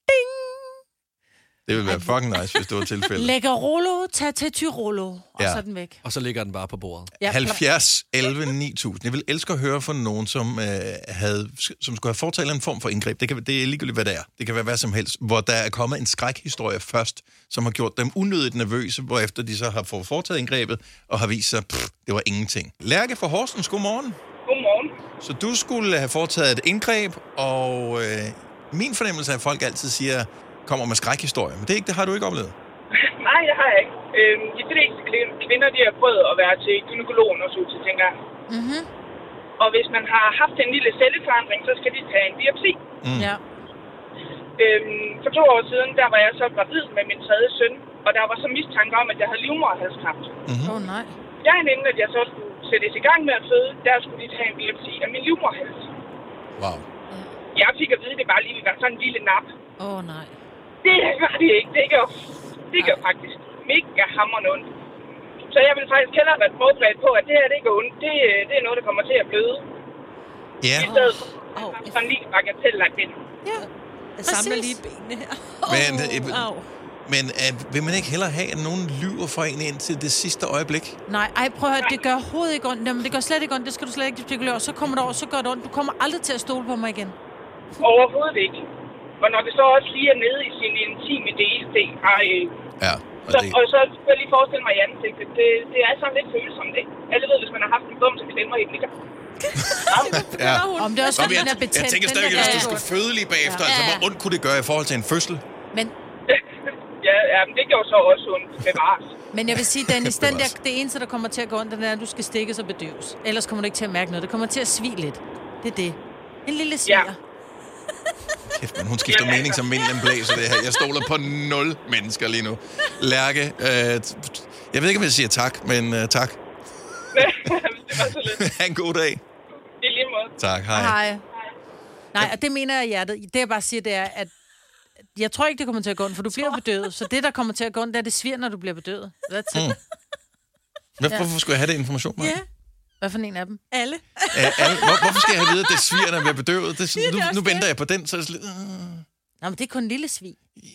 Det ville være fucking nice, hvis det var tilfældet. Lægger Rollo, tag til Tyrolo, og Ja. så er den væk. Og så ligger den bare på bordet. Ja, halvfjerds elleve ni tusind. Jeg vil elske at høre fra nogen, som, øh, havde, som skulle have foretaget en form for indgreb. Det, kan, det er ligegyldigt, hvad det er. Det kan være hvad som helst. Hvor der er kommet en skrækhistorie først, som har gjort dem unødigt nervøse, hvorefter de så har fået foretaget indgrebet, og har vist sig, pff, det var ingenting. Lærke fra Horsens, godmorgen. Godmorgen. Så du skulle have foretaget et indgreb, og øh, min fornemmelse er, at folk altid siger, kommer med skrækhistorier. Men det, er ikke, det har du ikke oplevet. Nej, det har jeg ikke. Øhm, de fleste kvinder, de har prøvet at være til gynækologen og så til, tænker jeg. Mm-hmm. Og hvis man har haft en lille celleforandring, så skal de tage en biopsi. Mm. Ja. Øhm, for to år siden, der var jeg så gravid med min tredje søn, og der var så mistanke om, at jeg havde livmoderhalskræft. Åh, mm-hmm. oh, nej. Jeg inden, at jeg så skulle sættes i gang med at føde, der skulle de tage en biopsi af min livmoderhals. Wow. Jeg fik at vide, at det bare lige var sådan en lille nap. Åh, oh, nej. Det var det ikke. Det gør, det gør faktisk mega hammerende ondt. Så jeg vil faktisk hellere være forberedt på, at det her det ikke er ondt. Det, det er noget, der kommer til at bløde. Ja. I stedet for oh. sådan lige bagatelagt ind. Ja. Jeg samler lige benene her. Men, Oh, øh, men at, vil man ikke hellere have, at nogen lyver for en ind til det sidste øjeblik? Nej, ej, prøv at høre, det gør overhovedet ikke ondt. Jamen, det gør slet ikke ondt, det skal du slet ikke spekulere. Så kommer det over, så gør det ondt. Du kommer aldrig til at stole på mig igen. Overhovedet ikke. Og når det så også lige er nede i sin intime del, det er... Øh, Ja. Og så, det, og så kan jeg lige forestille mig i ansigtet. Det, det er sådan lidt følsomt, ikke? Alle ved, hvis man har haft en bum, så klemmer i den, ikke? ja. Om det er også, Nå, fordi men den er jeg, betændt. jeg tænker Den stadig, der- hvis du Ja. skulle føde lige bagefter, Ja. altså hvor ondt kunne det gøre i forhold til en fødsel? Men, ja, ja, men det gjorde så også ondt med vares. men jeg vil sige, Dennis, den der, det eneste, der kommer til at gå ondt, det er, at du skal stikkes og bedøves. Ellers kommer du ikke til at mærke noget. Det kommer til at svige lidt. Det er det. En lille sviger. Ja. Kæft, men hun skifter Jamen, mening som vinden blæser det her. Jeg stoler på nul mennesker lige nu. Lærke, øh, jeg ved ikke, om jeg siger tak, men øh, tak. Det var så lidt. Ha' en god dag. I lige måde. Tak, hej. Hej. Nej, og det mener jeg i hjertet. Det jeg bare siger, det er, at jeg tror ikke, det kommer til at gå ondt, for du bliver bedøvet. Så det, der kommer til at gå ondt, det er, det sviger, når du bliver bedøvet. That's it. Mm. Hvad, hvorfor skulle jeg have det information, Maja? Ja. Hvad for en af dem? Alle. Æ, alle. Hvor, hvorfor skal jeg have vide, at det sviger, når jeg bliver bedøvet? Det er sådan, nu, nu venter jeg på den, så er det slet... Nå, men det er kun en lille svig.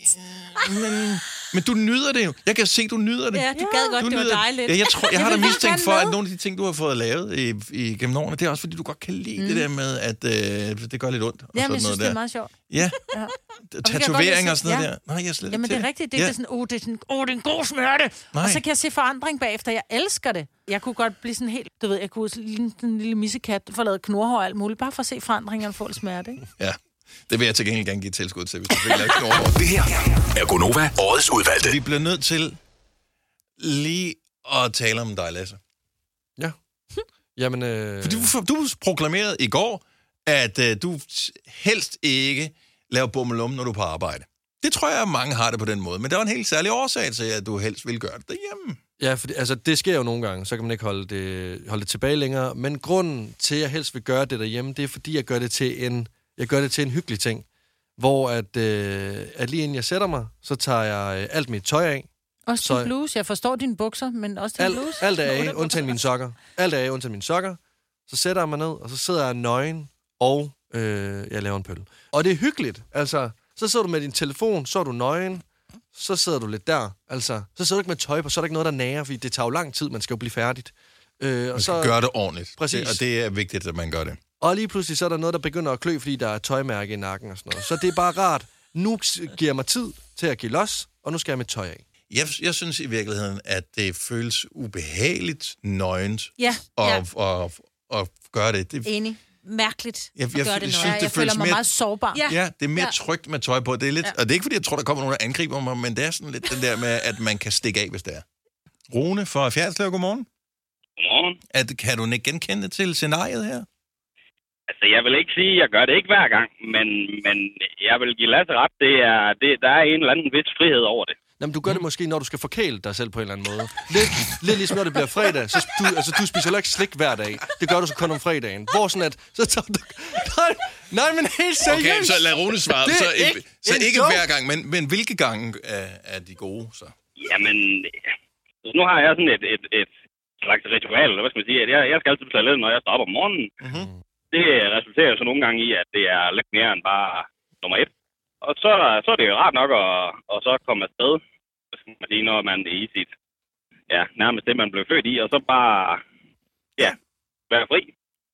Men, men du nyder det jo. Jeg kan se, du nyder det. Ja, du gad godt, du det var dejligt. Ja, jeg, tror, jeg Jeg har da vil mistænkt gerne for, at med. nogle af de ting, du har fået lavet i, i gennem årene, det er også, fordi du godt kan lide mm. det der med, at øh, det gør lidt ondt. Og Jamen, sådan jeg synes, noget det er der. meget sjovt. Ja, Ja. tatoveringer og sådan noget Ja. der. Nej, jeg er slet Jamen, ikke det til er rigtigt. Det er, Ja. det er sådan, oh, det er sådan, oh, det er en god smørte. Nej. Og så kan jeg se forandring bagefter. Jeg elsker det. Jeg kunne godt blive sådan helt, du ved, jeg kunne ligne en lille missekat, få lavet knurhår og alt muligt, bare for at se forandringerne og få lidt smerte, ikke? Ja, det vil jeg til gengæld gerne give tilskud til, hvis du vil lave knurhår. Det her er Gonova, årets udvalgte. Vi bliver nødt til lige at tale om dig, Lasse. Ja. Jamen, øh... For du, du proklamerede i går, at øh, du helst ikke laver bummelum, når du er på arbejde. Det tror jeg, mange har det på den måde. Men der var en helt særlig årsag til, at du helst vil gøre det derhjemme. Ja, for altså, det sker jo nogle gange, så kan man ikke holde det, holde det tilbage længere. Men grunden til, at jeg helst vil gøre det derhjemme, det er, fordi jeg gør det til en, jeg gør det til en hyggelig ting. Hvor at, øh, at lige inden jeg sætter mig, så tager jeg øh, alt mit tøj af. Også Så- din bluse. Jeg forstår dine bukser, men også din Alt, bluse. alt er af, undtagen mine sokker. Alt er af, undtagen mine sokker. Så sætter jeg mig ned, og så sidder jeg nøgen, og øh, jeg laver en pøl. Og det er hyggeligt. Altså, så sidder du med din telefon, så er du nøgen, så sidder du lidt der. Altså, så sidder du ikke med tøj på, så er der ikke noget, der nærer, fordi det tager jo lang tid, man skal jo blive færdigt. Øh, og Man så, skal gøre det ordentligt. Præcis. Det, og det er vigtigt, at man gør det. Og lige pludselig så er der noget, der begynder at klø, fordi der er tøjmærke i nakken og sådan noget. Så det er bare rart. Nu giver jeg mig tid til at give los, og nu skal jeg med tøj af. Jeg, jeg synes i virkeligheden, at det føles ubehageligt nøgent Ja, at, ja. at, at, at gøre det. det Enig. Mærkeligt Jeg- at jeg- gøre jeg det synes, noget. Ja, det jeg føler føles mig mere- meget sårbar. Ja. Ja, det er mere Ja. trygt med tøj på. Det er lidt, ja. Og det er ikke, fordi jeg tror, der kommer nogen, der angriber mig, men det er sådan lidt den der med, at man kan stikke af, hvis det er. Rune fra Fjerdslev, godmorgen. Godmorgen. At, kan du ikke genkende til scenariet her? Altså, jeg vil ikke sige, at jeg gør det ikke hver gang, men, men jeg vil give Lasse ret. Det er, det, der er en eller anden vis frihed over det. Jamen, du gør det måske, når du skal forkæle dig selv på en eller anden måde. Lidt, lidt ligesom når det bliver fredag, så du, altså, du spiser jo ikke slik hver dag. Det gør du så kun om fredagen. Hvor sådan at, så tager du... Nej, nej, men helt seriøst. Okay, så lad Rune svare. Det er Så, ikke, ikke så en ikke joke. hver gang, men, men hvilke gange er, er de gode, så? Jamen, øh, nu har jeg sådan et, et, et slags ritual, eller hvad skal man sige, at jeg, jeg skal altid på toilettet, når jeg står op om morgenen. Mm-hmm. Det resulterer så nogle gange i, at det er lidt mere end bare nummer et. Og så, så er det jo rart nok at, at så komme afsted, hvad skal man sige, når man er i sit, ja, nærmest det, man blev født i, og så bare, ja, være fri.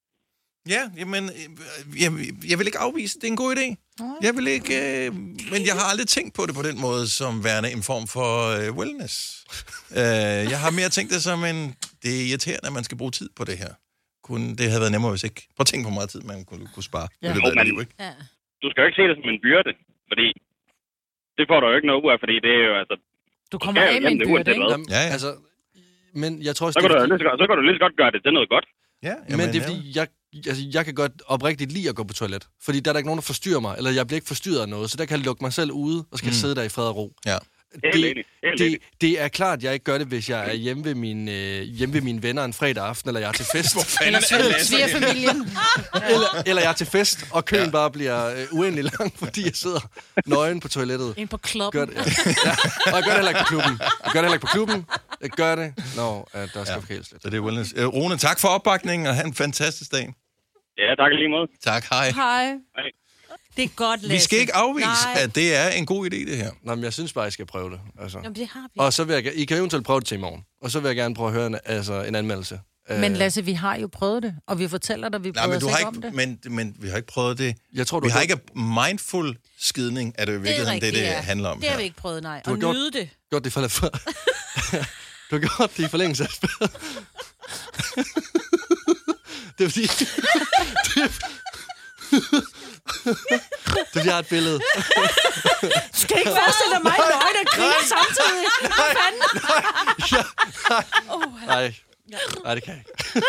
Ja, jamen, øh, jeg, jeg vil ikke afvise, det er en god idé. Jeg vil ikke, øh, men jeg har aldrig tænkt på det på den måde, som værende en form for øh, wellness. øh, jeg har mere tænkt det som en, det er irriterende, at man skal bruge tid på det her. Kunne, det havde været nemmere, hvis ikke. Prøv at tænke på hvor meget tid, man kunne, kunne spare. Ja. Ja. Det Men- liv, ikke? Ja. Du skal jo ikke se det som en byrde, fordi det får du jo ikke noget ud af, fordi det er jo altså... Du kommer skal jo af med en igennem det byrde, uanset ikke? hvad. Jamen, Ja, ja. Altså, men jeg tror også, Så kan, du, det er, jo lige så godt- så kan du lige så godt gøre det til noget godt. Ja, men det er fordi, jeg, altså, jeg kan godt oprigtigt lide at gå på toilet. Fordi der er der ikke nogen, der forstyrrer mig, eller jeg bliver ikke forstyrret af noget, så der kan jeg lukke mig selv ude, og skal Mm. mm. sidde der i fred og ro. Ja. Helt Det, enig. Helt det, enig. det er klart, at jeg ikke gør det, hvis jeg er hjemme ved, min, øh, hjemme ved mine venner en fredag aften, eller jeg er til fest. Eller svigerfamilien. eller, eller jeg er til fest, og køen ja. bare bliver øh, uendelig lang, fordi jeg sidder nøgen på toilettet. Ind på klubben. Gør det, ja. Ja. Og jeg gør det heller ikke på klubben. Jeg gør det heller ikke på klubben. Jeg gør det, når at der skal Ja. forkæles lidt. Så det er wellness. Øh, Rune, tak for opbakningen, og have en fantastisk dag. Ja, tak i lige måde. Tak, hej. Hej. Det er godt, Lasse. Vi skal ikke afvise, Nej. at det er en god idé, det her. Nå, men jeg synes bare, I skal prøve det. Altså. Jamen, det har vi. Og så vil jeg, ge- I kan eventuelt prøve det til i morgen. Og så vil jeg gerne prøve at høre en, altså, en anmeldelse. Men Øh, Lasse, vi har jo prøvet det, og vi fortæller dig, vi Nej, prøver men, os du ikke har om ikke, det. men, men vi har ikke prøvet det. Jeg tror, du vi har har gjort- ikke mindful skidning, er det jo i virkeligheden det, det ja. handler om Det har her. vi ikke prøvet, nej. Du har Og gjort- nyde det. gjort det for, for Du har gjort det i forlængelse af spillet. Det er fordi... det er, det er, jeg har et billede. Du skal ikke forestille dig mig nøgen og grine samtidig. Hvad fanden? Ja, nej. Nej. Nej, det kan jeg ikke.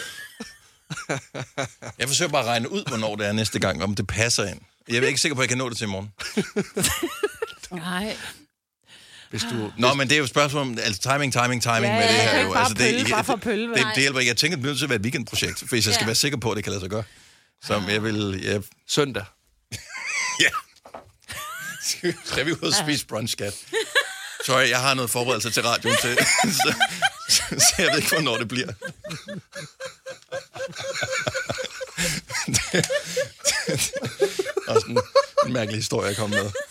Jeg forsøger bare at regne ud, hvornår det er næste gang, om det passer ind. Jeg er ikke sikker på, at jeg kan nå det til i morgen. Nej. Hvis du... Nå, men det er jo et spørgsmål om altså, timing, timing, timing Ja, med det ja, her. jeg kan Jo. ikke bare Altså, det, pølle, bare for at pølle, det, det, nej. det hjælper ikke. Jeg tænker, det bliver nødt til at være et weekendprojekt, hvis jeg skal Ja. være sikker på, at det kan lade sig gøre. Som jeg vil... Jeg... Søndag. Ja. Skal vi ud og spise brunch, skat? Sorry, jeg har noget forberedelse til radioen til, så, så jeg ved ikke, hvornår det bliver. Også en, en mærkelig historie, jeg kom med.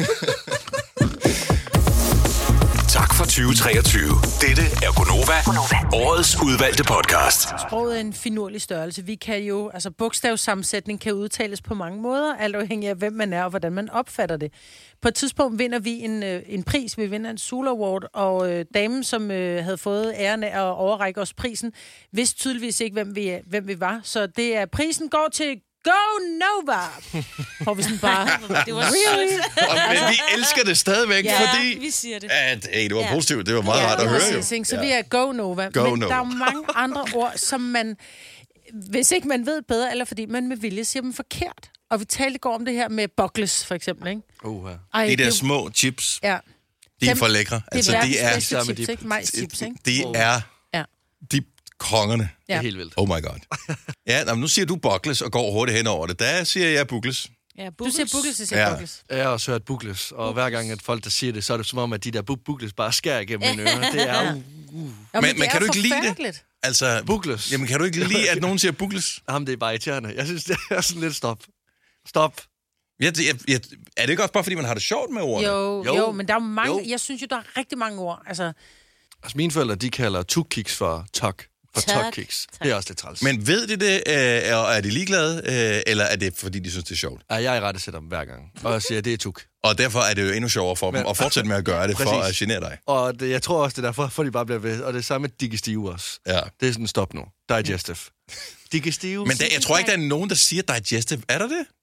Tak for tyve treogtyve. Dette er Gonova, årets udvalgte podcast. Sproget er en finurlig størrelse. Vi kan jo, altså bogstavssammensætning kan udtales på mange måder, alt afhængig af, hvem man er og hvordan man opfatter det. På et tidspunkt vinder vi en, en pris. Vi vinder en Zulu Award, og øh, damen, som øh, havde fået æren af at overrække os prisen, vidste tydeligvis ikke, hvem vi, hvem vi var. Så det er, prisen går til Go Nova! Hvor vi sådan bare... Det var really? Men vi elsker det stadigvæk, ja, fordi... vi siger det. At, hey, det var ja. positivt. Det var meget ja, rart at høre, jo. Præcis, så ja. Vi er Go Nova. Go Men Nova. der er jo mange andre ord, som man... Hvis ikke man ved bedre, eller fordi man med vilje siger dem forkert. Og vi talte i går om det her med buckles, for eksempel, ikke? Uh, ja. Ej, De der det- små chips, Ja. de er Dem- for lækre. Det er de er, bedste chips, ikke? Majschips, ikke? de er Ja. de kongerne. Ja. Det er helt vildt. Oh my god. Ja, nå, men nu siger du buckles og går hurtigt hen over det. Der siger jeg buckles. Ja, Du siger buckles, jeg siger Ja. buckles. Jeg har også hørt bugles, og hver gang, at folk der siger det, så er det som om, at de der bu- bugles bare skærer igennem mine ører. Det er jo... Jo, Men- men det kan er du ikke lide det? forfærdeligt. Altså, Bugles. jamen kan du ikke lide, at nogen siger buckles? Jamen, det er bare irriterende. Jeg synes, det er sådan lidt stop. Stop. Jeg, jeg, jeg, er det ikke også bare, fordi man har det sjovt med ordene? Jo, jo, Jo. jo, men der er jo mange... Jo. Jeg synes jo, der er rigtig mange ord. Altså, Altså, mine forældre, de kalder tuk-kiks for tok. For Tak. tok-kiks. Det er også lidt træls. Men ved de det, øh, og er de ligeglade, øh, eller er det, fordi de synes, det er sjovt? Ja, jeg er i rette sætter dem hver gang. Og jeg siger, det er tuk. Og derfor er det jo endnu sjovere for dem Men- at fortsætte med at gøre det, for Præcis. at genere dig. Og det, jeg tror også, det er derfor, for de bare bliver ved. Og det er samme med digestive også. Ja. Det er sådan, stop nu. Digestive. Digestive. Men der, jeg tror ikke, der er nogen, der siger digestive. Er der det?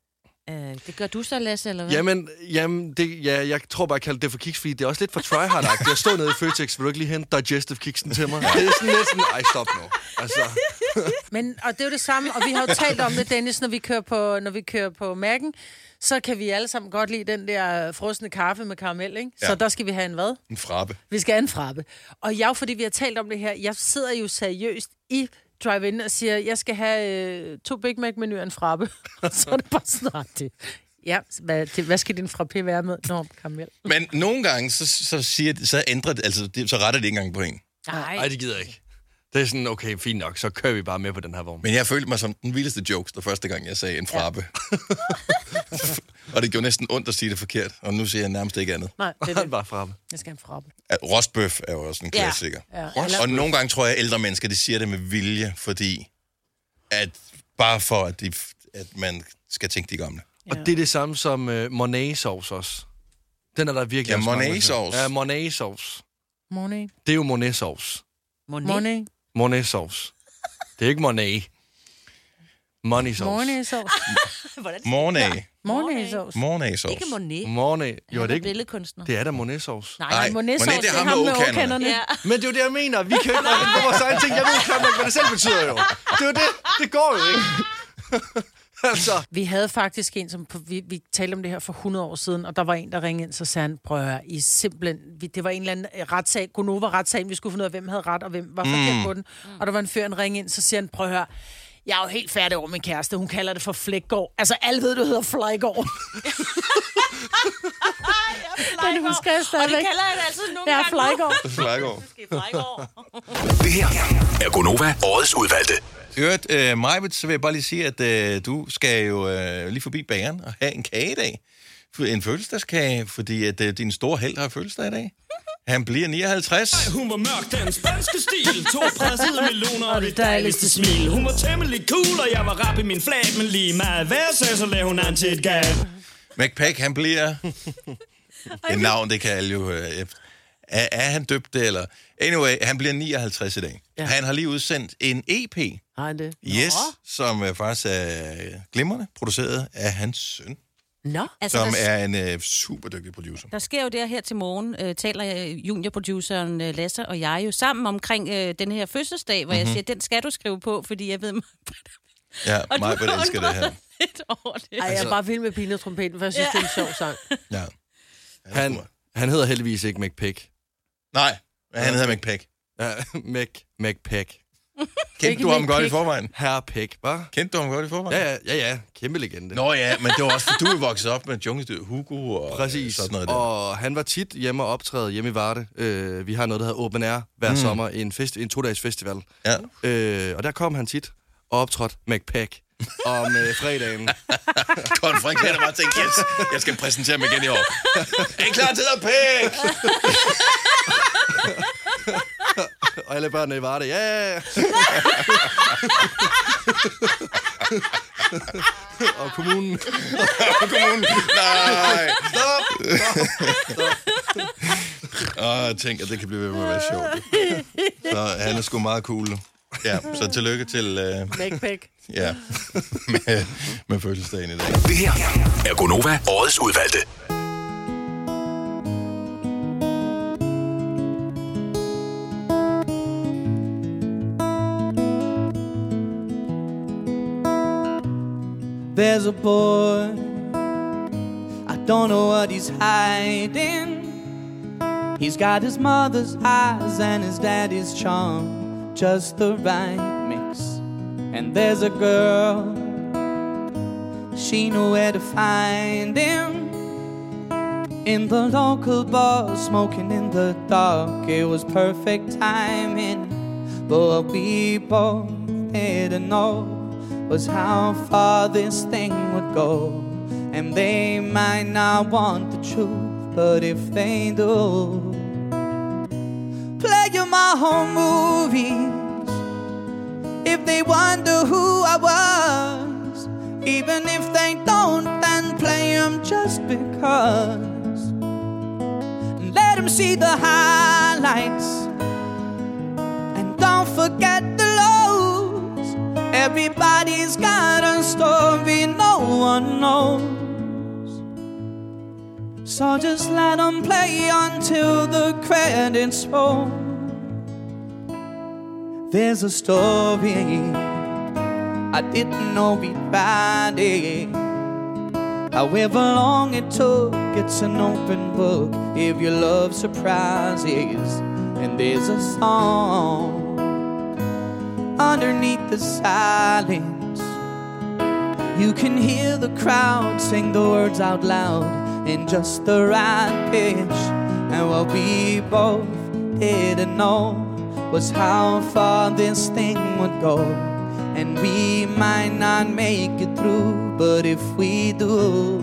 Øh, det gør du så, Lasse, eller hvad? Jamen, jamen det, ja, jeg tror bare, jeg kalder det for kiks, fordi det er også lidt for tryhard-agtigt. Jeg stod nede i Føtex, vil du ikke lige hente digestive kiksen til mig? Det er sådan lidt sådan, ej, stop nu. Altså, men, og det er jo det samme, og vi har jo talt om det, Dennis, når vi kører på, når vi kører på Mac'en, så kan vi alle sammen godt lide den der frosne kaffe med karamel, ikke? Ja. Så Ja. der skal vi have en hvad? En frabbe. Vi skal have en frabbe. Og jeg, fordi vi har talt om det her, jeg sidder jo seriøst i drive-in og siger, jeg skal have øh, to Big Mac-menuer og en frabbe. Så er det bare sådan, "Ah, det. Ja, hvad, det, hvad skal din frappé være med? Nå, karamel. Men nogle gange, så, så, siger, de- så ændrer det, altså, det, så retter det ikke engang på en. Nej. ej, det gider jeg ikke. Det er sådan, okay, fint nok, så kører vi bare med på den her vogn. Men jeg følte mig som den vildeste jokes, der første gang, jeg sagde en frabbe. Ja. Og det gjorde næsten ondt at sige det forkert, og nu siger jeg nærmest ikke andet. Nej, det er det. bare fremme. Jeg skal have en frabbe. At rostbøf er jo også en Ja. klassiker. Ja. Ja. Og nogle gange tror jeg, at ældre mennesker, de siger det med vilje, fordi at bare for, at, de, at man skal tænke de gamle. Og det er det samme som uh, Monet-sauce også. Den er der virkelig Ja, også mange, der Monet-sauce. siger. Ja, Monet-sauce. Monet. Det er jo Monet-sauce. Monet. Monet. Monet-sauce. Det er ikke Monet. Money-sauce. Monet-sauce. Hvordan? Mornay. Monet-sauce. Mornay-sauce. Ikke Monet. Monet. Jo, det er ikke... Billedkunstner. Det er da Monet-sauce. Nej, Nej, Nej, Monet-sauce, Monet, det er ham med åkanderne. Ja. Men det er jo det, jeg mener. Vi kan jo ikke regne på vores egen ting. Jeg ved knap nok, hvad det selv betyder jo. Det er jo det. Det går jo ikke. Altså. Vi havde faktisk en, som på, vi, vi talte om det her for hundrede år siden, og der var en, der ringede ind, så sagde han, prøv at høre, I simpelthen, vi, det var en eller anden retssag, Gonova-retssagen, vi skulle finde ud af, hvem havde ret, og hvem var forkert Mm. på den. Og der var en fyr, en ring ind, så siger han, prøv at høre, jeg er jo helt færdig over min kæreste, hun kalder det for Flækgaard. Altså, alle ved, du hedder Flækgaard. Den husker jeg Og stadigvæk. det kalder jeg det altid nogle Ja, gange. Flækgaard. Flækgaard. Måske Flækgaard. Det her er Gonova, årets udvalgte. I øvrigt, øh, Majbet, så vil jeg bare lige sige, at øh, du skal jo øh, lige forbi bageren og have en kage i dag. En fødselsdagskage, fordi at øh, din store held har fødselsdag i dag. Han bliver nioghalvtreds. Hun var mørk, den spanske stil. To pressede meloner og det dejligste smil. Hun var temmelig cool, og jeg var rap i min flag. Men lige meget hvad jeg sagde, så lavede hun an til et gal. McPack, han bliver... Et navn, det kan alle jo... Øh, er, er han døbt det, eller... Anyway, han bliver nioghalvtreds i dag. Ja. Han har lige udsendt en E P. Har han det? Yes, som øh, faktisk er øh, glimrende, produceret af hans søn, Nå. Altså, som der, er en øh, super dygtig producer. der sker jo det her til morgen, øh, taler øh, juniorproduceren øh, Lasse og jeg jo sammen omkring øh, den her fødselsdag, hvor mm-hmm. jeg siger, den skal du skrive på, fordi jeg ved... Ja, Og mig du vil elske det her. lidt over det. Ej, jeg er bare vild med pilen og trompeten, for jeg synes, ja. det er en sjov sang. Ja. Han, han hedder heldigvis ikke McPack. Nej, han hedder McPack. Ja, Mac, McPack. Kendte du ham godt i forvejen? Herre Pæk, hva'? Kendte du ham godt i forvejen? Ja, ja, ja, ja. Kæmpe legende. Nå ja, men det var også, fordi du er vokset op med jungledyr Hugo og Præcis. sådan noget der. Og han var tit hjemme og optræde hjemme i Varde. Øh, vi har noget, der hedder Open Air hver Mm. mm. sommer. En, fest, en to-dages festival. Ja. Øh, og der kom han tit og optrådte McPack. om øh, fredagen. Konfrikaner bare tænkte, yes, jeg skal præsentere mig igen i år. Er I klar til at pæk? Og alle børnene i Varde, ja! Yeah! Og kommunen. Og kommunen. Nej. Stop. Stop. Åh, jeg tænker, at det kan blive ved med at være sjovt. Så han er sgu meget cool. Ja, så tillykke til... Uh... Mækpæk. Ja, med, med fødselsdagen i dag. Det her er Gonova, årets udvalgte. There's a boy, I don't know what he's hiding. He's got his mother's eyes and his daddy's charm, just the right mix. And there's a girl, she knew where to find him. In the local bar, smoking in the dark, it was perfect timing. But what we both didn't know was how far this thing would go. And they might not want the truth, but if they do, play you my home movies. If they wonder who I was, even if they don't, then play them just because. And let them see the highlights, and don't forget the lows. Everybody's got a story no one knows. So just let them play until the credits roll. There's a story I didn't know we'd write it. However long it took, it's an open book if you love surprises. And there's a song underneath the silence. You can hear the crowd sing the words out loud in just the right pitch. And what we both didn't know was how far this thing would go. And we might not make it through, but if we do,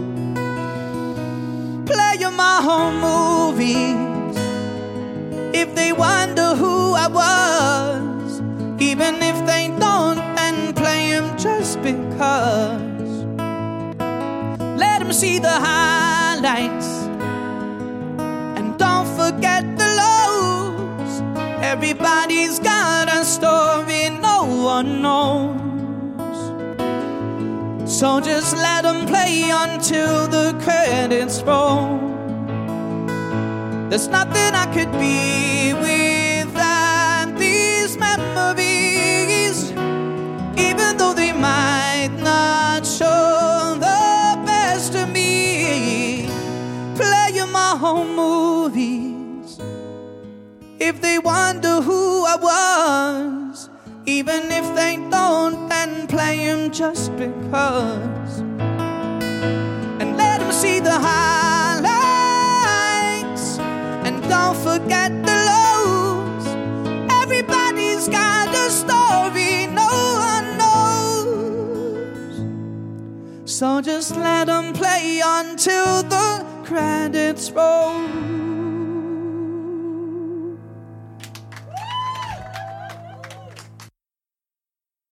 play you my home movies. If they wonder who I was, even if they don't, then play them just because. Let them see the highlights, and don't forget the lows. Everybody's got a story no one knows. So just let them play until the credits roll. There's nothing I could be without these memories, even though they might not show the best of me. Play you my home movies. If they wonder who I was, even if they don't, then play them just because. And let them see the highlights, and don't forget the lows. Everybody's got a story no one knows. So just let them play until the credits roll.